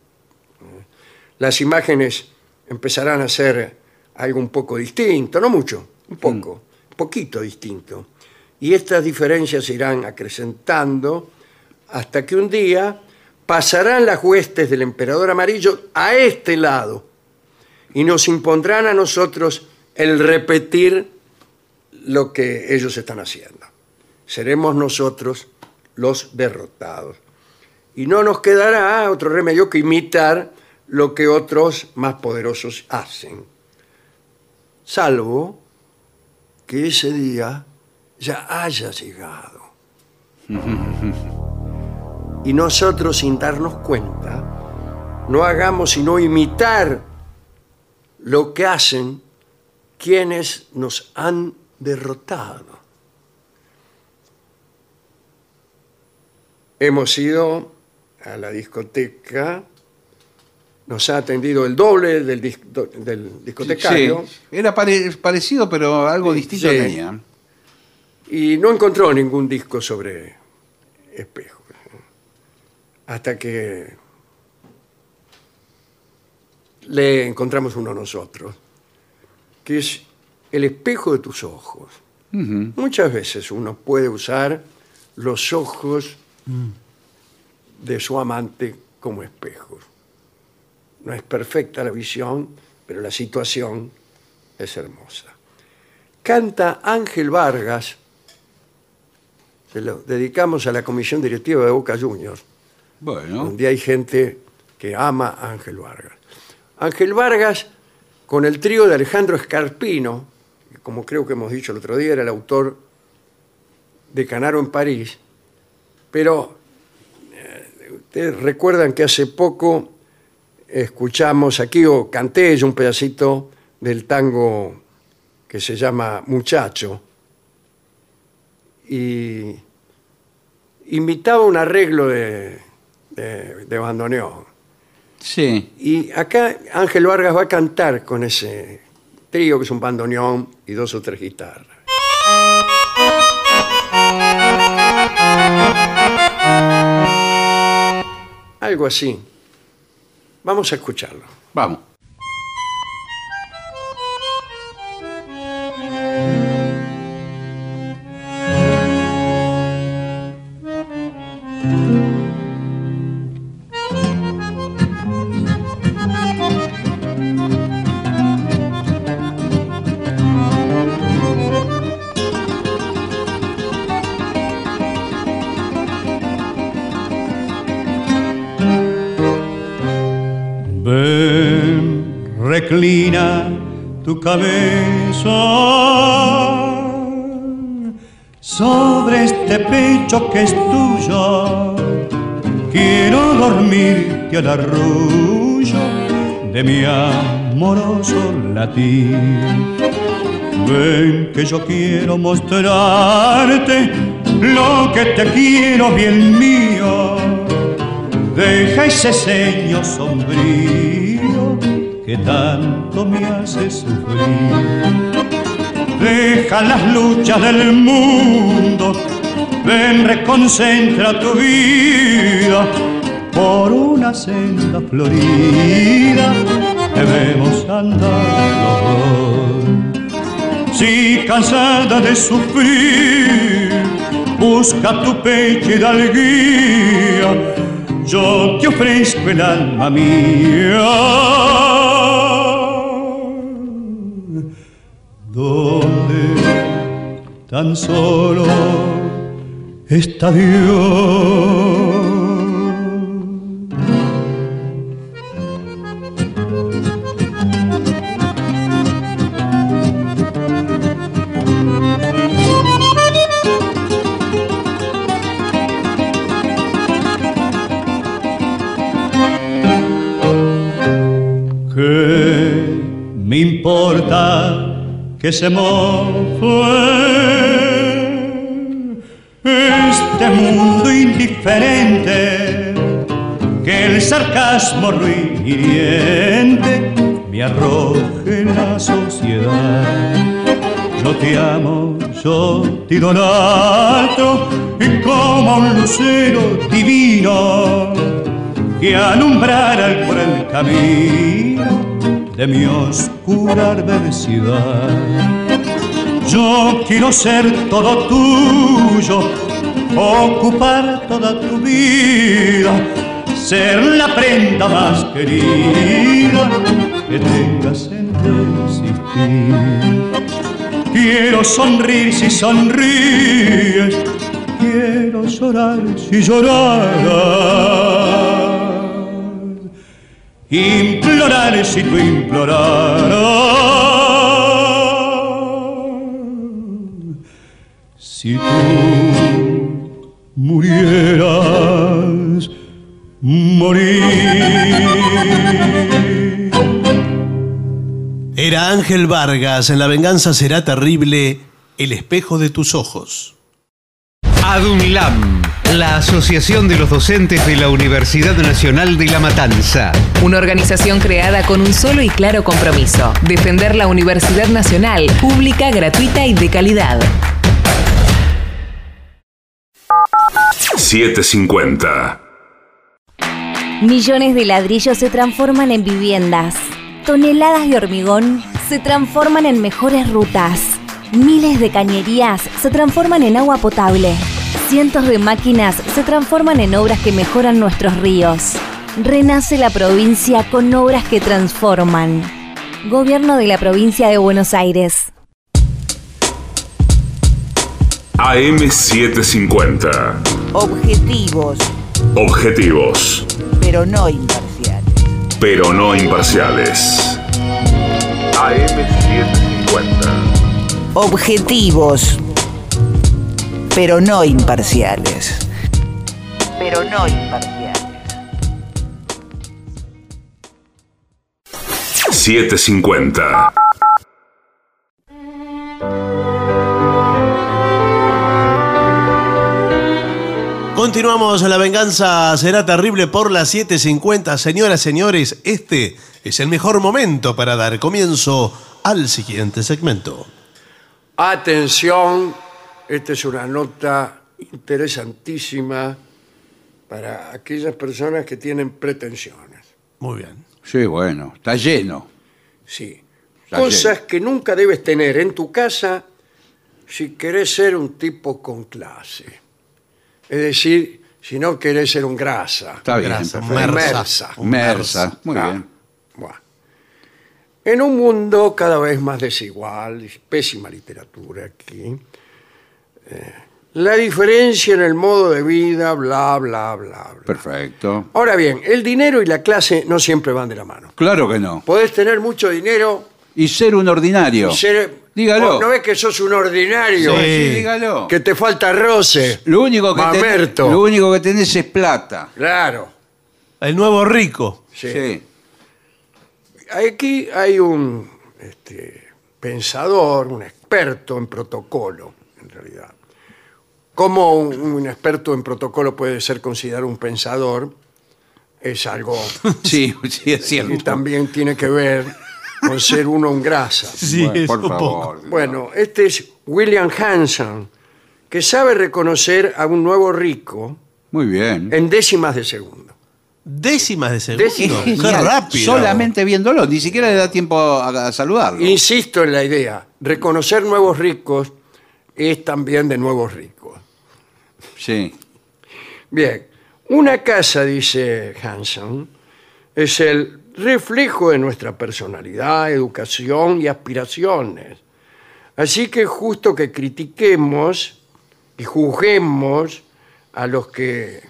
Las imágenes empezarán a ser algo un poco distinto, no mucho, un poco, un poquito distinto. Y estas diferencias se irán acrecentando hasta que un día pasarán las huestes del emperador amarillo a este lado y nos impondrán a nosotros el repetir lo que ellos están haciendo. Seremos nosotros los derrotados. Y no nos quedará otro remedio que imitar lo que otros más poderosos hacen. Salvo que ese día ya haya llegado. Y nosotros, sin darnos cuenta, no hagamos sino imitar lo que hacen quienes nos han derrotado. Hemos ido a la discoteca, nos ha atendido el doble del discotecario. Sí, era parecido, pero algo distinto Sí. tenía. Y no encontró ningún disco sobre espejos. Hasta que le encontramos uno nosotros, que es el espejo de tus ojos. Muchas veces uno puede usar los ojos de su amante como espejos. No es perfecta la visión, pero la situación es hermosa. Canta Ángel Vargas, se lo dedicamos a la comisión directiva de Boca Juniors, Bueno, donde hay gente que ama a Ángel Vargas. Ángel Vargas, con el trío de Alejandro Scarpino, que como creo que hemos dicho el otro día, era el autor de Canaro en París, pero ustedes recuerdan que hace poco escuchamos aquí, o canté yo un pedacito del tango que se llama Muchacho, y imitaba un arreglo de bandoneón. sí. Y acá Ángel Vargas va a cantar con ese trío que es un bandoneón y 2 o 3 guitarras. Algo así. Vamos a escucharlo. Vamos. reclina tu cabeza sobre este pecho que es tuyo. Quiero dormirte al arrullo de mi amoroso latir. Ven que yo quiero mostrarte lo que te quiero, bien mío. Deja ese ceño sombrío que tanto me hace sufrir. Deja las luchas del mundo, ven, reconcentra tu vida. Por una senda florida debemos andar los dos. Si cansada de sufrir, busca tu pecho y dale guía. Yo te ofrezco el alma mía. Donde tan solo está Dios. ¿Qué me importa que se mofe este mundo indiferente? Que el sarcasmo ruin y hiriente me arroje en la sociedad. Yo te amo, yo te idolatro, y como un lucero divino que alumbrara el cruel camino de mi oscura adversidad. Yo quiero ser todo tuyo, ocupar toda tu vida, ser la prenda más querida que tengas en tu existir. Quiero sonreír si sonríes, quiero llorar si lloraras, implorar si tú imploraras. Si tú murieras, morir. Era Ángel Vargas en La venganza será terrible, El espejo de tus ojos. ADUNLAM, la Asociación de los Docentes de la Universidad Nacional de La Matanza. Una organización creada con un solo y claro compromiso: defender la Universidad Nacional, pública, gratuita y de calidad. 750. Millones de ladrillos se transforman en viviendas. Toneladas de hormigón se transforman en mejores rutas. Miles de cañerías se transforman en agua potable. Cientos de máquinas se transforman en obras que mejoran nuestros ríos. Renace la provincia con obras que transforman. Gobierno de la Provincia de Buenos Aires. AM750. Objetivos, Objetivos, pero no imparciales. pero no imparciales. AM750. Objetivos, pero no imparciales. Pero no imparciales. 750. Continuamos a La venganza será terrible por las 7:50. Señoras, señores, este es el mejor momento para dar comienzo al siguiente segmento. Atención, esta es una nota interesantísima para aquellas personas que tienen pretensiones. Muy bien. Sí, bueno, está lleno. Sí. Está Cosas lleno. que nunca debes tener en tu casa si querés ser un tipo con clase. Es decir, si no querés ser un grasa. Está bien. Grasa, perfecto. mersa. Mersa. Muy Ah, bien. bueno. En un mundo cada vez más desigual, pésima literatura aquí, la diferencia en el modo de vida, bla, bla, bla, bla. Perfecto. Ahora bien, el dinero y la clase no siempre van de la mano. Claro que no. Podés tener mucho dinero Y ser un ordinario. y ser... Dígalo. ¿No ves que sos un ordinario? Sí, dígalo. Que te falta roce. Lo único Mamerto. lo único que tenés es plata. Claro. El nuevo rico. Sí. Sí. Aquí hay un pensador, un experto en protocolo, en realidad. ¿Cómo un experto en protocolo puede ser considerado un pensador? Es algo Sí, sí, es cierto. que también tiene que ver con ser uno un grasa. Sí, Bueno, es por un poco. favor. Bueno, este es William Hanson, que sabe reconocer a un nuevo rico Muy bien. en décimas de segundo. Décimas de segundo. Décimas. Qué Genial. rápido. Solamente viéndolo, ni siquiera le da tiempo a saludarlo. Insisto en la idea, reconocer nuevos ricos es también de nuevos ricos. Sí. Bien, una casa, dice Hanson, es el reflejo de nuestra personalidad, educación y aspiraciones. Así que es justo que critiquemos y juzguemos a los que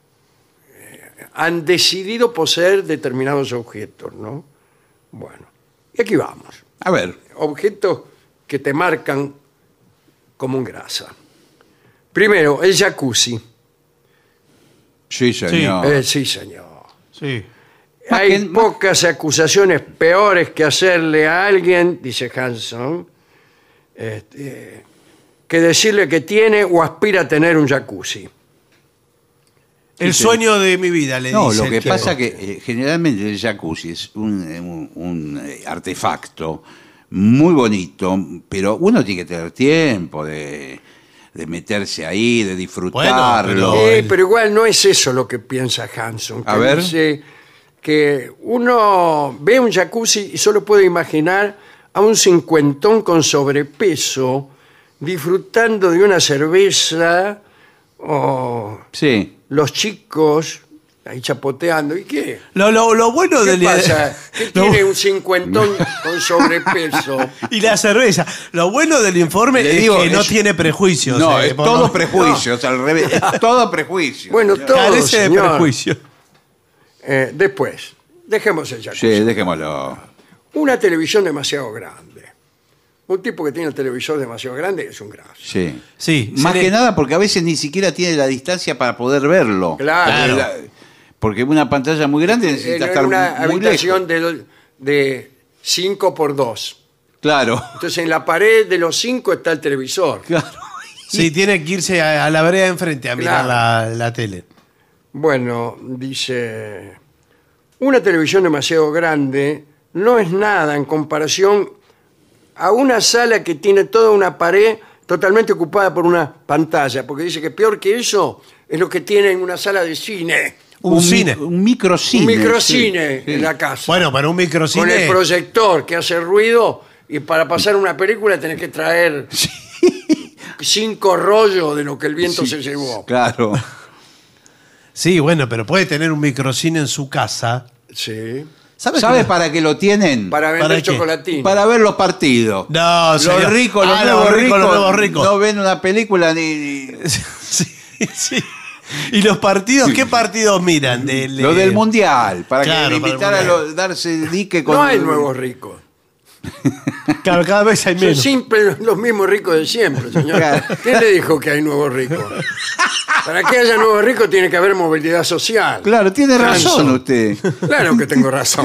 han decidido poseer determinados objetos, ¿no? Bueno, y aquí vamos. A ver. Objetos que te marcan como un grasa. Primero, el jacuzzi. Sí, señor. Sí, señor. Sí. Hay que- pocas acusaciones peores que hacerle a alguien, dice Hanson, que decirle que tiene o aspira a tener un jacuzzi. El sueño de mi vida, le No, dice. lo que el tipo. pasa que generalmente el jacuzzi es un artefacto muy bonito, pero uno tiene que tener tiempo de meterse ahí, de disfrutarlo. pero- Pero igual no es eso lo que piensa Hanson. A Que ver. dice que uno ve un jacuzzi y solo puede imaginar a un cincuentón con sobrepeso disfrutando de una cerveza o Sí. los chicos ahí chapoteando. ¿Y qué? Lo bueno ¿Qué del pasa? ¿Qué lo- tiene un cincuentón con sobrepeso? Y la cerveza. Lo bueno del informe Le es digo, que no es- tiene prejuicios. No, es por todo lo- prejuicios, al revés. Es todo prejuicio. Bueno, todo, Carece de señor. prejuicio. Después, dejemos el jacuzzi. Sí, dejémoslo. Una televisión demasiado grande. Un tipo que tiene el televisor demasiado grande es un graso. Sí. Sí, Más se que le- nada porque a veces ni siquiera tiene la distancia para poder verlo. Claro. Porque una pantalla muy grande necesita En estar una muy habitación lejos. de 5x2. Claro. Entonces en la pared de los 5 está el televisor. Claro. Sí, tiene que irse a la vereda enfrente a mirar la tele. Bueno, dice, una televisión demasiado grande no es nada en comparación a una sala que tiene toda una pared totalmente ocupada por una pantalla, porque dice que peor que eso es lo que tiene en una sala de cine, Un cine. Un microcine. un microcine sí, sí. en la casa, Bueno, para un con el microcine. proyector que hace ruido y para pasar una película tenés que traer 5 rollos de lo que el viento se llevó. Claro. Sí, bueno, pero puede tener un microcine en su casa. Sí. ¿Sabe para qué lo tienen? Para vender ¿Para qué? chocolatín. Para ver los partidos. No, Los señor. ricos, los Ah, nuevos ricos, los nuevos ricos. no ven una película ni Sí, sí. ¿Y los partidos? ¿Qué partidos miran? lo del mundial, para Claro, que para el invitar a mundial. darse dique con No hay nuevos ricos. Claro, cada vez hay Son menos. siempre los mismos ricos de siempre, señor. Claro. ¿Quién le dijo que hay nuevos ricos? Para que haya nuevos ricos tiene que haber movilidad social. Claro, tiene razón Hanson. usted. Claro que tengo razón.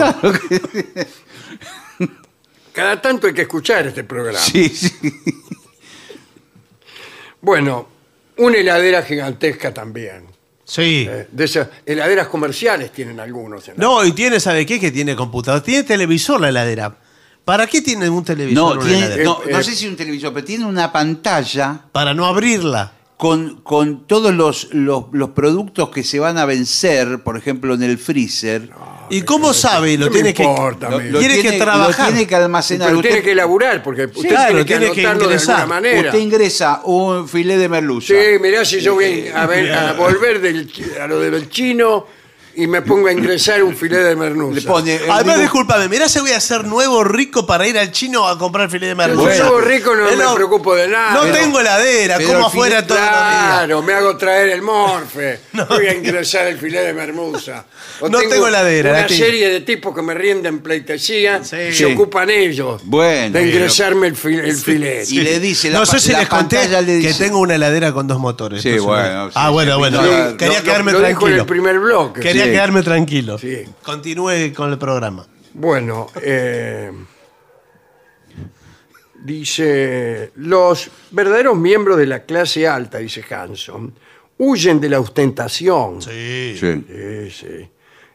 Cada tanto hay que escuchar este programa. Sí, sí. Bueno, una heladera gigantesca también. Sí. De esas heladeras comerciales tienen algunos. No, y tiene, ¿sabe qué? Que tiene computador. Tiene televisor la heladera. ¿Para qué tiene un televisor No, una tiene, heladera? no sé si un televisor, pero tiene una pantalla Para no abrirla. con todos los productos que se van a vencer, por ejemplo, en el freezer. ¿Y cómo sabe? Lo ¿qué me tiene que. importa a mí? Tiene que trabajar. Lo tiene que almacenar. Pero tiene Usted, que elaborar, porque usted claro, tiene que tiene que anotarlo de ingresar. alguna manera. usted ingresa un filé de merluza. Sí, mirá si yo voy a volver a lo del chino y me pongo a ingresar un filete de merluza. Le pone Además, discúlpame, mirá si voy a ser nuevo rico para ir al chino a comprar filete de merluza. Si soy rico no me preocupo de nada. No tengo heladera, pero como el filete- afuera todos los días. Claro, me hago traer el morfe. Voy a ingresar el filete de merluza. O No tengo heladera, Una Nati. serie de tipos que me rinden pleitesía, Sí. se ocupan ellos Bueno, de ingresarme el filete. Y le dice No sé si la les conté pantalla le que dice- tengo una heladera con 2 motores. Sí, Entonces, bueno, sí, Ah, bueno, sí, bueno. sí. Quería quedarme lo dijo en tranquilo. el primer bloque. Quería Sí. quedarme tranquilo. Sí. Continúe con el programa. Bueno, dice, los verdaderos miembros de la clase alta, dice Hanson, huyen de la ostentación. Sí. Sí. Sí, sí.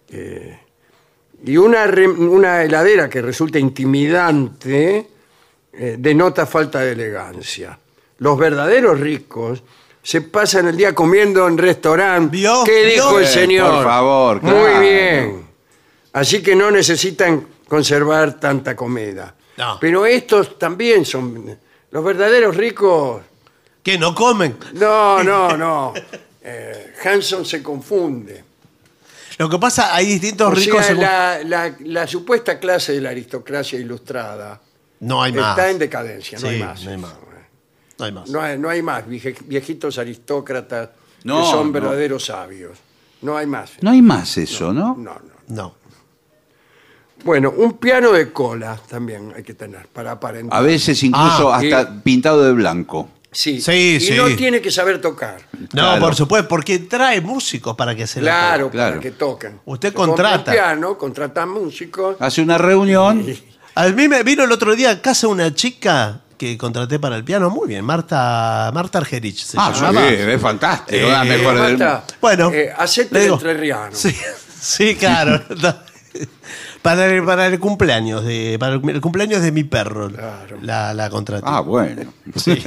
Y una heladera que resulta intimidante denota falta de elegancia. Los verdaderos ricos se pasan el día comiendo en restaurantes. ¿Vio? ¿Qué dijo ¿Vio? el señor? Por favor, Muy claro. bien. Así que no necesitan conservar tanta comida. No. Pero estos también son... Los verdaderos ricos... ¿Qué, no comen? No. Hanson se confunde. Lo que pasa, hay distintos O ricos... sea, según- la supuesta clase de la aristocracia ilustrada No hay más. está en decadencia, no Sí, hay más. no hay más. No hay más. No hay más viejitos aristócratas No, que son no. verdaderos sabios. No hay más. No hay más eso, ¿no? No. No. Bueno, un piano de cola también hay que tener para aparentar. A veces incluso Ah, hasta pintado de blanco. Sí, Sí, y sí. no tiene que saber tocar. No, Claro. por supuesto, porque trae músicos para que se la Claro, toquen. para Claro. que toquen. Usted Se compra contrata. un piano, contrata músicos. Hace una reunión. A mí me vino el otro día a casa una chica que contraté para el piano, muy bien, Marta Argerich se Ah, sí, llamaba. es fantástico. Eh, la mejor del- Marta, Bueno, hacete le el digo- entrerriano. Sí, sí, claro. Para el cumpleaños de mi perro Claro. la contraté. Ah, bueno. Sí.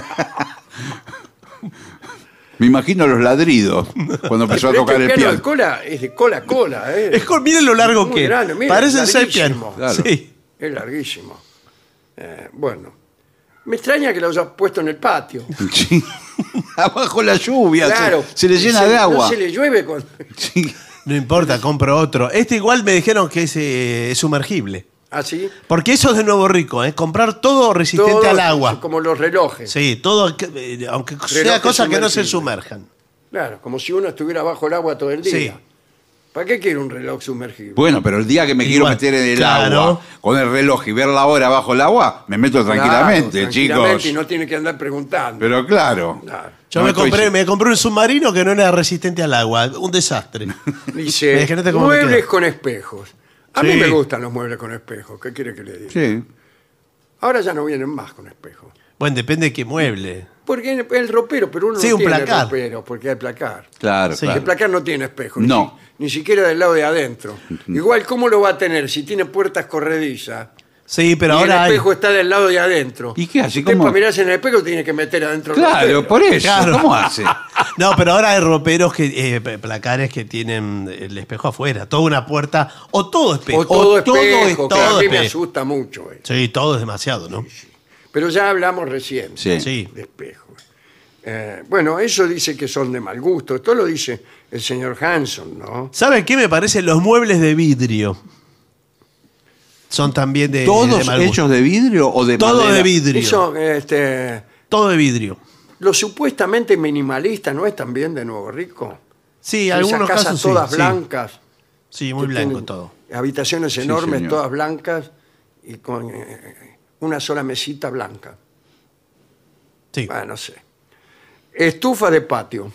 Me imagino los ladridos cuando empezó a Pero tocar este el piano de piano. cola es de cola a cola. Miren lo largo Muy que es. grande, mira, Parece es ser larguísimo. piano. Claro. Sí. Es larguísimo. Bueno, me extraña que lo hayas puesto en el patio. Sí. Abajo la lluvia. Claro. Se le llena de agua. No se le llueve con... Sí. No importa, compro otro. Este igual me dijeron que es sumergible. Así. Porque eso es de nuevo rico, ¿eh? Comprar todo resistente Todo al agua. como los relojes. Sí, todo, aunque sea Relojes cosas que no se sumergibles. sumerjan. Claro, como si uno estuviera bajo el agua todo el día. Sí. ¿Para qué quiere un reloj sumergible? Bueno, pero el día que me quiero Igual, meter en el claro. agua con el reloj y ver la hora bajo el agua, me meto Claro, tranquilamente, tranquilamente, chicos. y no tiene que andar preguntando. Pero claro. Claro. Yo No me estoy- compré un submarino que no era resistente al agua. Un desastre. Me Dice, dijiste cómo me muebles queda. con espejos. A Sí. mí me gustan los muebles con espejos. ¿Qué quiere que le diga? Sí. Ahora ya no vienen más con espejos. Bueno, depende de qué mueble. Porque el ropero, pero uno Sí, no un tiene placar. ropero, porque hay placar. Claro, Sí. El claro. placar no tiene espejo. No. Ni siquiera del lado de adentro. Igual, ¿cómo lo va a tener si tiene puertas corredizas? Sí, pero y ahora el hay. espejo está del lado de adentro. ¿Y qué hace? Usted ¿Cómo? para mirarse en el espejo tiene que meter adentro el Claro, ropero. por eso. Claro. ¿Cómo hace? No, pero ahora hay roperos placares que tienen el espejo afuera. Toda una puerta. O todo espejo. O todo espejo, es que a todo mí me espejo. asusta mucho. Sí, todo es demasiado, ¿no? Pero ya hablamos recién Sí. Sí. de espejos. Bueno, eso dice que son de mal gusto. Esto lo dice el señor Hanson, ¿no? ¿Saben qué me parecen los muebles de vidrio? Son también de ¿Todos mal gusto. hechos de vidrio o de Todo madera? de vidrio. Eso, Todo de vidrio. lo supuestamente minimalista no es también de Nuevo Rico. Sí, Esas algunos casas casos todas sí. blancas. Sí, muy que blanco tienen todo. Habitaciones Sí, enormes, señor. todas blancas y con una sola mesita blanca. Sí. Bueno, no sé. Estufa de patio.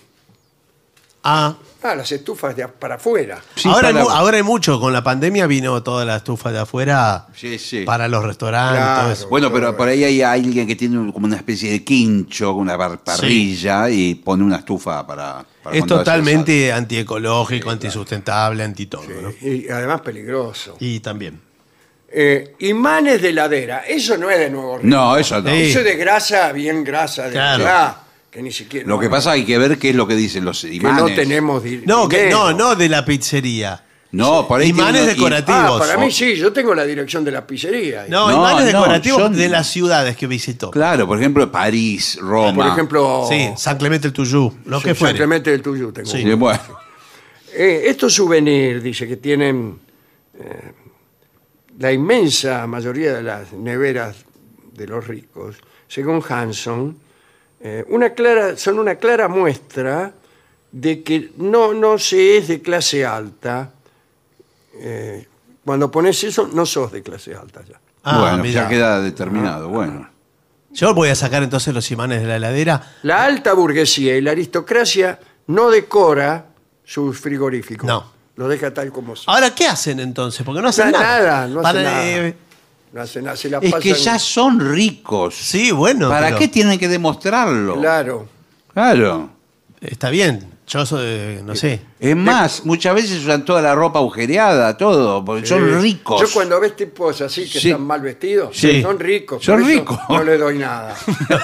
Ah, Las estufas para afuera. Sí, ahora, para- ahora hay mucho. Con la pandemia vino toda la estufa de afuera Sí, sí. para los restaurantes. Claro. Todo eso. Bueno, pero por ahí hay alguien que tiene como una especie de quincho, una parrilla y pone una estufa para Es cuando hace totalmente antiecológico, antisustentable, anti todo. ¿no? Y además peligroso. Y también. Imanes de heladera. Eso no es de Nuevo Rico. No, eso no. Sí. Eso es de grasa, bien grasa. De Claro. verdad, que ni siquiera... Lo que pasa hay que ver qué es lo que dicen los que imanes. no tenemos No, dinero. no de la pizzería. No, por ahí Imanes tiene uno- decorativos. Para mí sí, yo tengo la dirección de la pizzería. No, No, imanes no, decorativos son- de las ciudades que visitó. Claro, por ejemplo, París, Roma. Por ejemplo, Sí, San Clemente el Tuyú, lo que San fuere. Clemente del Tuyú tengo. Sí. Sí, bueno. Estos souvenirs, dice, que tienen la inmensa mayoría de las neveras de los ricos, según Hanson, son una clara muestra de que no se es de clase alta. Cuando pones eso, no sos de clase alta ya. Bueno, mirá. ya queda determinado. Bueno. Yo voy a sacar entonces los imanes de la heladera. La alta burguesía y la aristocracia no decora sus frigoríficos. No. Lo deja tal como son. Ahora, ¿qué hacen entonces? Porque no hacen nada. No Para- hacen nada. No hacen nada. Se la Es que pasan- ya son ricos. Sí, bueno. ¿Para pero qué tienen que demostrarlo? Claro. Claro. Está bien. Yo soy, no sé. Es más, muchas veces usan toda la ropa agujereada, todo, porque son ricos. Yo cuando ves tipos así que Sí. están mal vestidos, Sí. son ricos. Son por eso ricos. No les doy nada.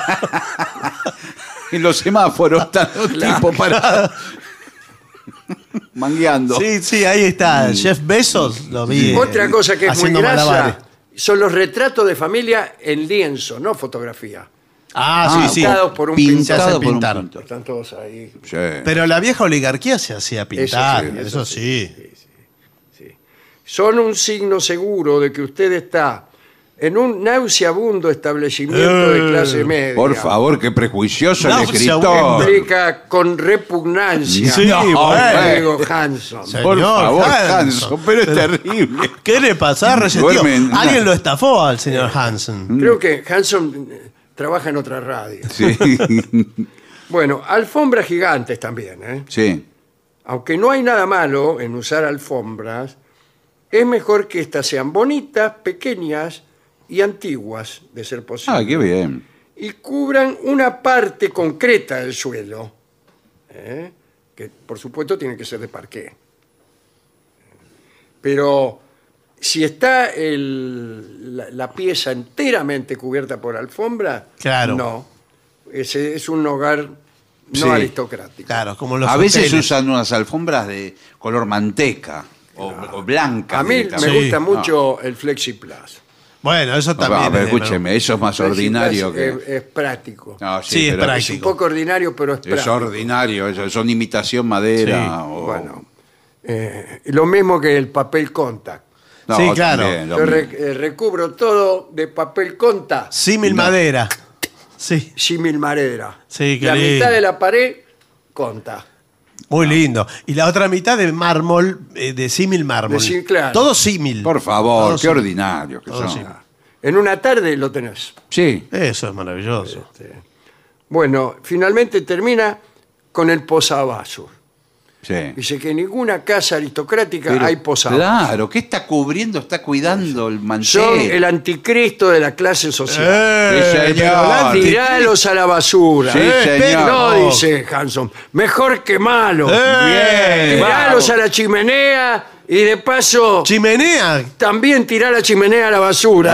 En los semáforos están los tipos parados. Mangueando. Sí, ahí está. Jeff Bezos, lo vi. Otra cosa que es muy haciendo grasa malabares. son los retratos de familia en lienzo, no fotografía. Sí. Pintados por un Pintado Se por un pintaron. pintor. Están todos ahí. Sí. Pero la vieja oligarquía se hacía pintar. Eso sí, Eso eso sí. Son un signo seguro de que usted está en un nauseabundo establecimiento de clase media. Por favor, qué prejuicioso el Nauseabundo. escritor. Implica con repugnancia. Sí, bueno. Digo Hanson. Sí. Por Señor favor, Hanson. Hanson, pero es terrible. ¿Qué le pasa? Resentido. Duermen. Alguien lo estafó al señor Hansen. Creo que Hanson trabaja en otra radio. Sí. Bueno, alfombras gigantes también, ¿eh? Sí. Aunque no hay nada malo en usar alfombras, es mejor que estas sean bonitas, pequeñas y antiguas, de ser posible. Ah, qué bien. Y cubran una parte concreta del suelo, ¿eh? Que por supuesto tiene que ser de parqué. Pero si está la pieza enteramente cubierta por alfombra, Claro. no. Ese es un hogar no Sí. aristocrático. Claro, como los A veces hoteles. usan unas alfombras de color manteca o blanca. A mí me directamente. gusta mucho el Flexi Plus. Bueno, eso también. A ver, es de- escúcheme, eso es más Flexi ordinario Plus que. es práctico. No, Sí, es pero práctico. Es un poco ordinario, pero es Es práctico. ordinario, eso, son imitación madera. Sí. o- Bueno, lo mismo que el papel contact. No, Sí, claro. también, lo Yo mismo. recubro todo de papel contact, Símil No. madera. Sí, símil madera. Sí, qué La lindo. mitad de la pared, contact. muy lindo. Y la otra mitad de mármol, de símil mármol. De sí, claro. Todo símil. Por favor, Todo qué símil. ordinario que Todo son. símil. En una tarde lo tenés. Sí, Eso es maravilloso. Bueno, finalmente termina con el posavasos. sí. Dice que en ninguna casa aristocrática Pero, hay posavasos. claro, ¿qué está cubriendo? Está cuidando el mantel. Son el anticristo de la clase social. Sí, señor. pero la anti- Tiralos a la basura. Sí, señor. No, dice Hanson. Mejor que malo. Bien. Tiralos Bravo. a la chimenea y de paso Chimenea. también tirar la chimenea a la basura.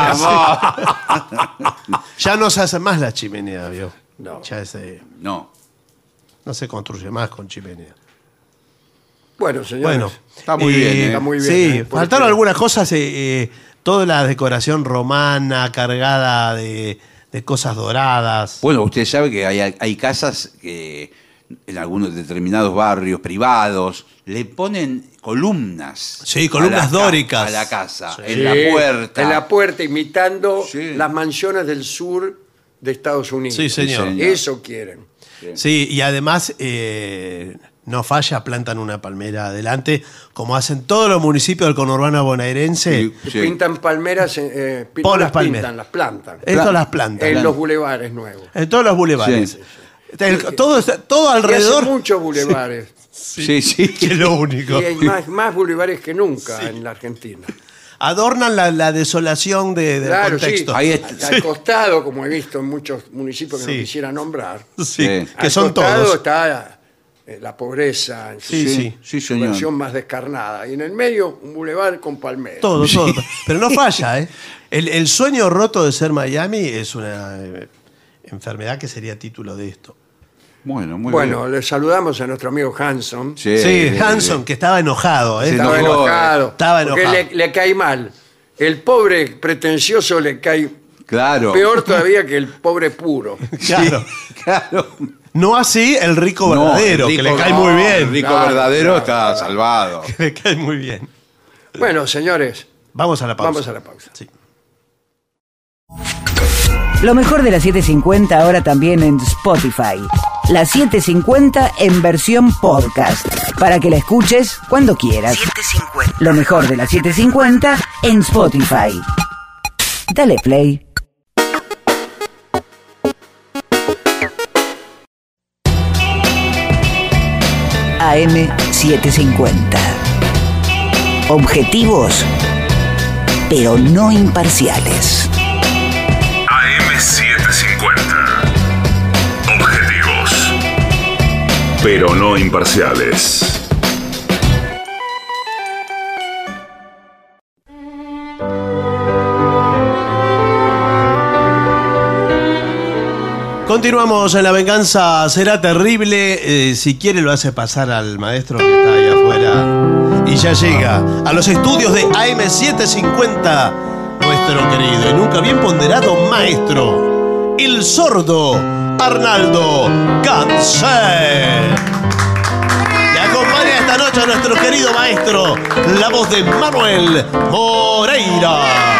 Ya no se hace más la chimenea, ¿vio? No. Ya No. no se construye más con chimenea. Bueno, señores. Bueno, Está muy bien, Está muy bien, Sí, porque- faltaron algunas cosas. Toda la decoración romana cargada de cosas doradas. Bueno, usted sabe que hay casas que en algunos determinados barrios privados le ponen columnas. Sí, columnas a la dóricas. A la casa, Sí, en la puerta. En la puerta, imitando Sí. las mansiones del sur de Estados Unidos. Sí, señor. señor. Eso quieren. Sí, y además no falla, plantan una palmera adelante, como hacen todos los municipios del conurbano bonaerense. Sí. Pintan palmeras, no Ponen las palmeras. pintan, las plantan. Esto las plantan. En los bulevares nuevos. En todos los bulevares. Sí. Todo Y alrededor. hace muchos bulevares. Sí, sí. Que es lo único. Y hay más bulevares que nunca en la Argentina. Adornan la desolación del Claro, sí. contexto. Ahí está. Al costado, como he visto en muchos municipios que Sí. no quisiera nombrar, Sí, Sí. que al son costado todos. está la pobreza en su Sí. señor. versión más descarnada. Y en el medio, un bulevar con palmeras. Todo. Pero no falla, ¿eh? El sueño roto de ser Miami es una enfermedad que sería título de esto. Bueno, muy Bueno, bien. le saludamos a nuestro amigo Hanson. Sí, Hanson, que estaba enojado, ¿eh? Se Estaba enojó, enojado. Estaba porque enojado. le cae mal. El pobre pretencioso le cae Claro. peor todavía que el pobre puro. Claro. Claro. No así el rico verdadero, que le cae muy bien. El rico verdadero está salvado. Que le cae muy bien. Bueno, señores, Vamos a la pausa. vamos a la pausa. Sí. Lo mejor de la 750 ahora también en Spotify. La 750 en versión podcast. Para que la escuches cuando quieras. Lo mejor de la 750 en Spotify. Dale play. AM750. Objetivos, pero no imparciales. AM750. Objetivos, pero no imparciales. Continuamos en La Venganza Será Terrible. Si quiere lo hace pasar al maestro que está ahí afuera. Y ya llega a los estudios de AM750 nuestro querido y nunca bien ponderado maestro, el sordo Arnaldo Ganser. Y acompaña esta noche a nuestro querido maestro, la voz de Manuel Moreira.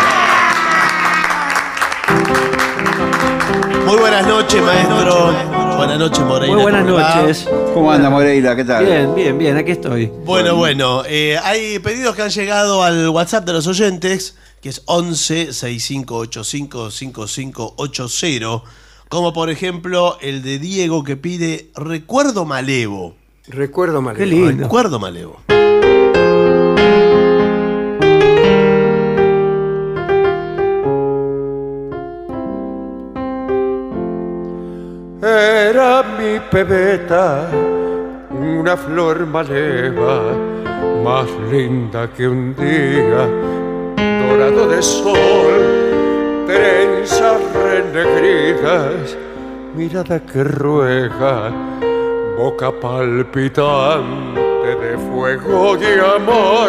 Muy buenas noches, maestro. Buenas noches, Moreira. Muy buenas noches. ¿Cómo anda, Moreira? ¿Qué tal? Bien, aquí estoy. Bueno. Hay pedidos que han llegado al WhatsApp de los oyentes, que es 11 6585 5580, como por ejemplo el de Diego que pide Recuerdo Malevo. Recuerdo Malevo. Qué lindo. Recuerdo Malevo. Era mi pebeta, una flor maleva, más linda que un día dorado de sol, trenzas renegridas, mirada que ruega, boca palpitante de fuego y amor.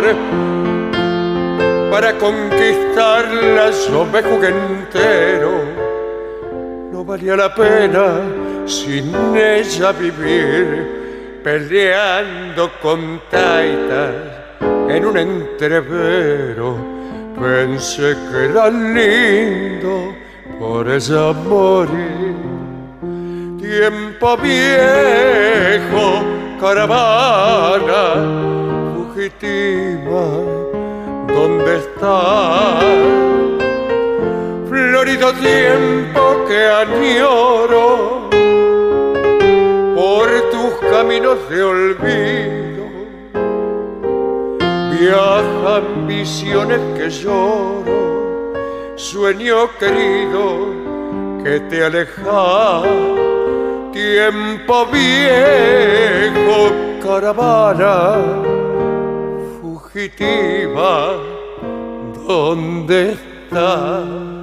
Para conquistarla yo me jugué entero. No valía la pena sin ella vivir, peleando con taitas en un entrevero. Pensé que era lindo por ella morir. Tiempo viejo, caravana fugitiva, ¿dónde estás? Florido tiempo que añoro por tus caminos de olvido. Viajan visiones que lloro, sueño querido que te aleja. Tiempo viejo, caravana fugitiva, ¿dónde estás?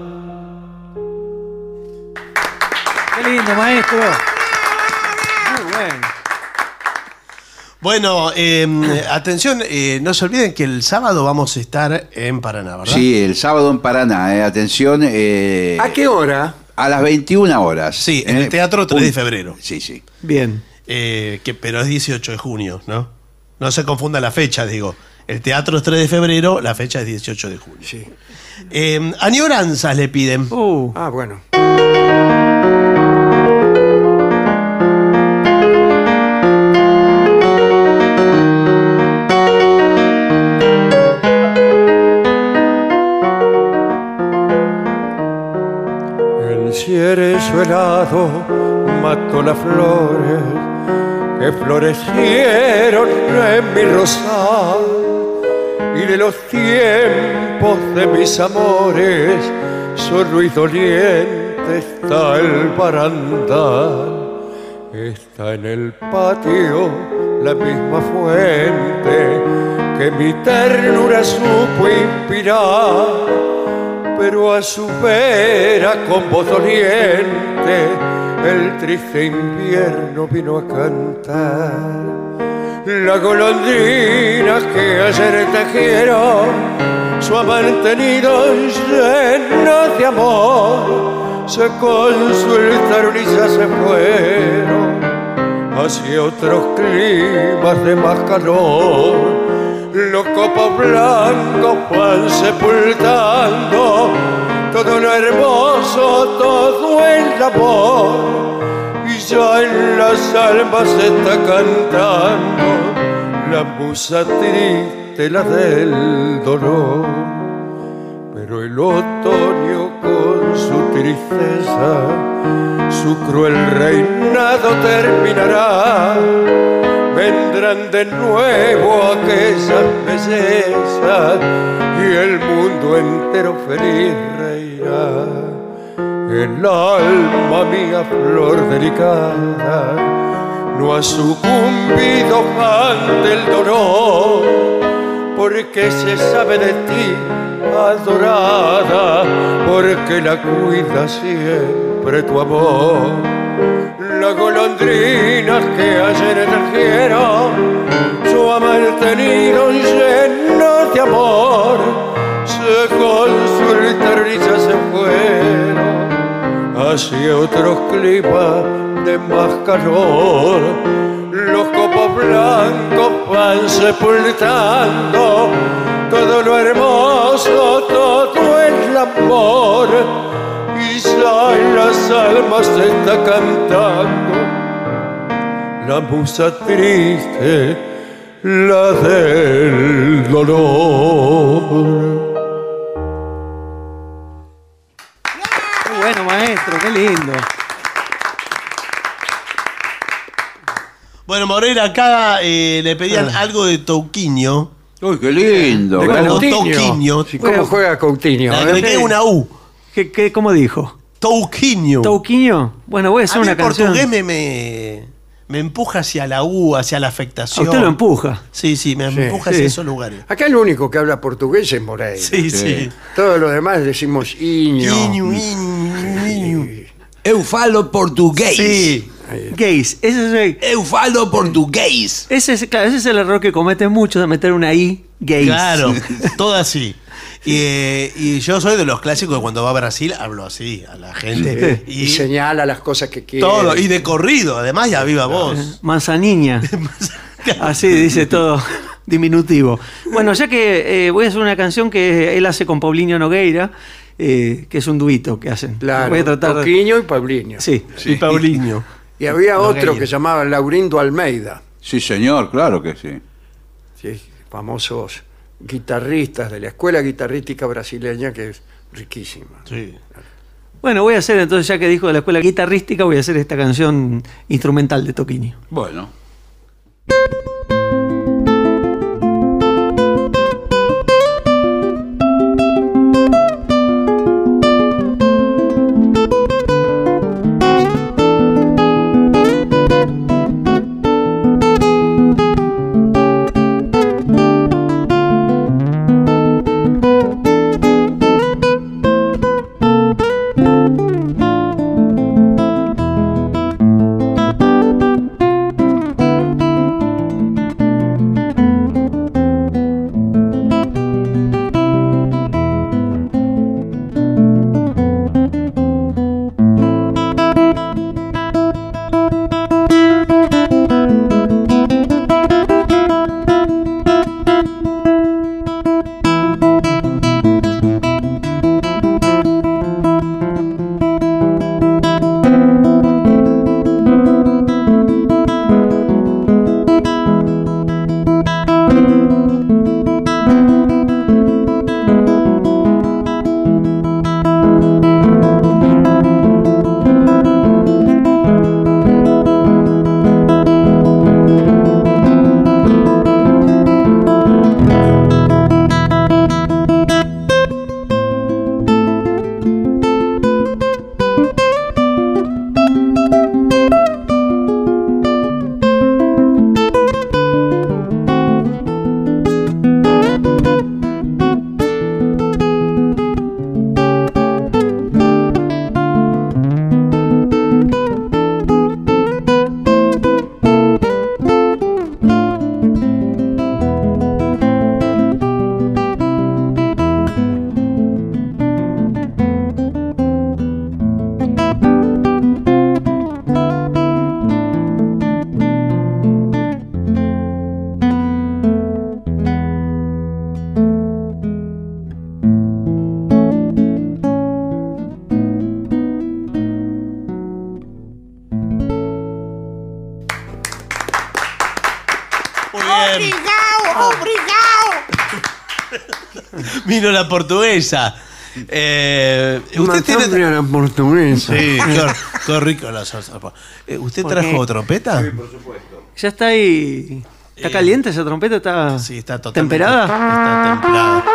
Qué lindo, maestro. Muy bueno. Bueno, atención, no se olviden que el sábado vamos a estar en Paraná, ¿verdad? Sí, el sábado en Paraná, atención. ¿A qué hora? A las 21 horas. Sí, en el Teatro 3 de febrero. Sí. Bien. Pero es 18 de junio, ¿no? No se confunda la fecha, digo. El teatro es 3 de febrero, la fecha es 18 de junio. Sí. Añoranzas le piden. Ah, bueno. El cierezo helado mató las flores que florecieron en mi rosal, y de los tiempos de mis amores solo y doliente está el barandal. Está en el patio la misma fuente que mi ternura supo inspirar, pero a su vera con voz doliente el triste invierno vino a cantar. La golondrina que ayer tejieron su amante nido lleno de amor, se consultaron y ya se fueron. hacia otros climas de más calor. Los copos blancos van sepultando todo lo hermoso, todo el amor. Y ya en las almas se está cantando la musa triste, la del dolor. Pero el otoño con su tristeza, su cruel reinado terminará. Vendrán de nuevo aquellas bellezas y el mundo entero feliz reirá. El alma mía, flor delicada, no ha sucumbido ante el dolor, porque se sabe de ti, adorada, porque la cuida siempre tu amor. Las golondrinas que ayer trajeron su mantenido lleno de amor, se consultaron y ya se fueron hacia otros climas de más calor. Los copos blancos van sepultando todo lo hermoso, todo el amor. Y ya en las almas se está cantando la musa triste, la del dolor. Qué bueno, maestro, qué lindo. Bueno, Moreira, acá le pedían algo de Touquinho. Uy, qué lindo. De Coutinho. Touquinho. Sí, ¿cómo juega Coutinho? Le agregué una U. ¿Cómo dijo? Touquinho. ¿Touquinho? Bueno, voy a hacer A mí una el canción. portugués me empuja hacia la U, hacia la afectación. A usted lo empuja. Sí, me empuja hacia esos lugares. Acá el único que habla portugués es Moreira. Sí. Todos los demás decimos iño. Iño. Eu falo portugués. Sí. Gays. Eu falo portugués. Ese es el error que cometen muchos de meter una I. Gays. Claro, todo así. Y yo soy de los clásicos que cuando va a Brasil hablo así a la gente. Y señala las cosas que quiere. Todo, y de corrido, además, ya viva voz. Manzaniña. Así dice todo diminutivo. Bueno, ya que voy a hacer una canción que él hace con Paulinho Nogueira, que es un duito que hacen. Claro, voy a tratar Touquinho y Paulinho. Sí. Y Paulinho. Y había otro Nogueira. que se llamaba Laurindo Almeida. Sí, señor, claro que sí. Sí, famosos guitarristas de la escuela guitarrística brasileña, que es riquísima. Sí. Bueno, voy a hacer entonces, ya que dijo de la escuela guitarrística, voy a hacer esta canción instrumental de Touquinho. Bueno. Vino la portuguesa. Usted tiene la portuguesa. Sí, qué rico la salsa. ¿Usted trajo trompeta? Sí, por supuesto. Ya está ahí. ¿Está caliente esa trompeta? Está totalmente temperada. Está templada.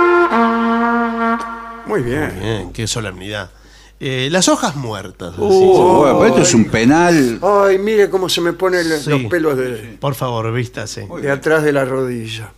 Muy bien. Muy bien, qué solemnidad. Las hojas muertas. Bueno, pero esto es un penal. Ay, mire cómo se me ponen los pelos Por favor, vístase. de atrás de la rodilla.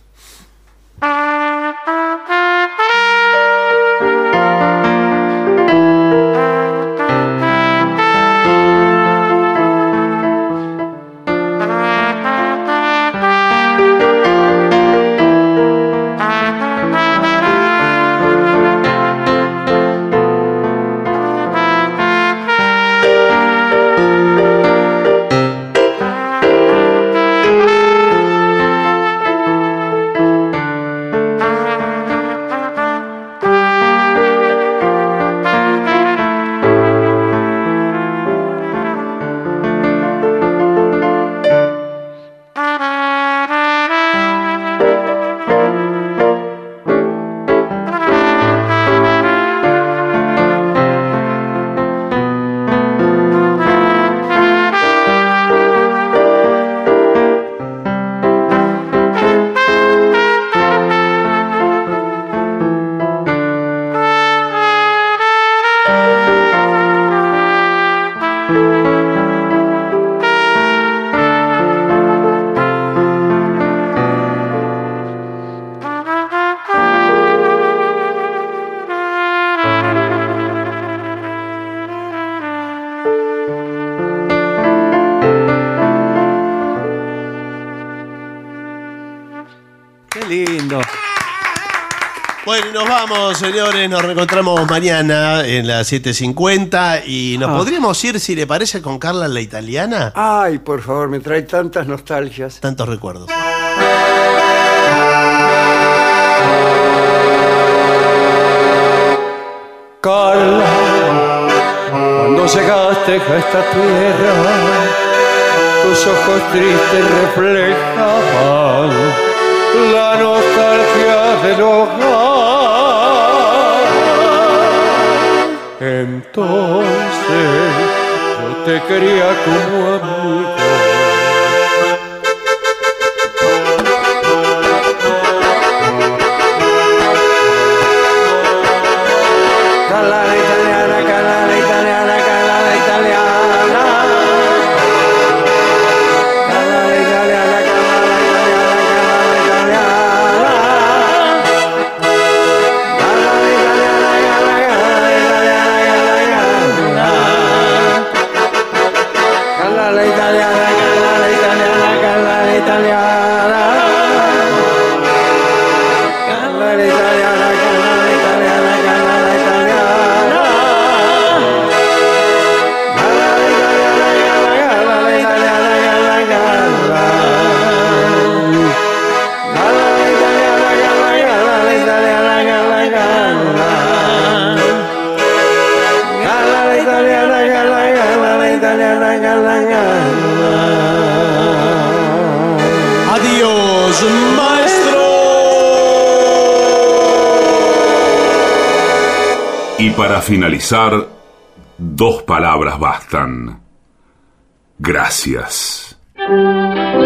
Bueno, nos vamos, señores. Nos reencontramos mañana en las 7:50 y nos podríamos ir, si le parece, con Carla la italiana. Ay, por favor, me trae tantas nostalgias. Tantos recuerdos. Carla, cuando llegaste a esta tierra, tus ojos tristes reflejaban la nostalgia del hogar. Entonces yo te quería como amigo. Carla la italiana, Carla la italiana, Carla la italiana. Carla la italiana, Carla la italiana, Carla la italiana. Carla la italiana, Carla la italiana, Carla la italiana, Carla la italiana. Carla la italiana, Carla la italiana, Carla la italiana. Adiós, maestro. Y para finalizar, 2 palabras bastan. Gracias.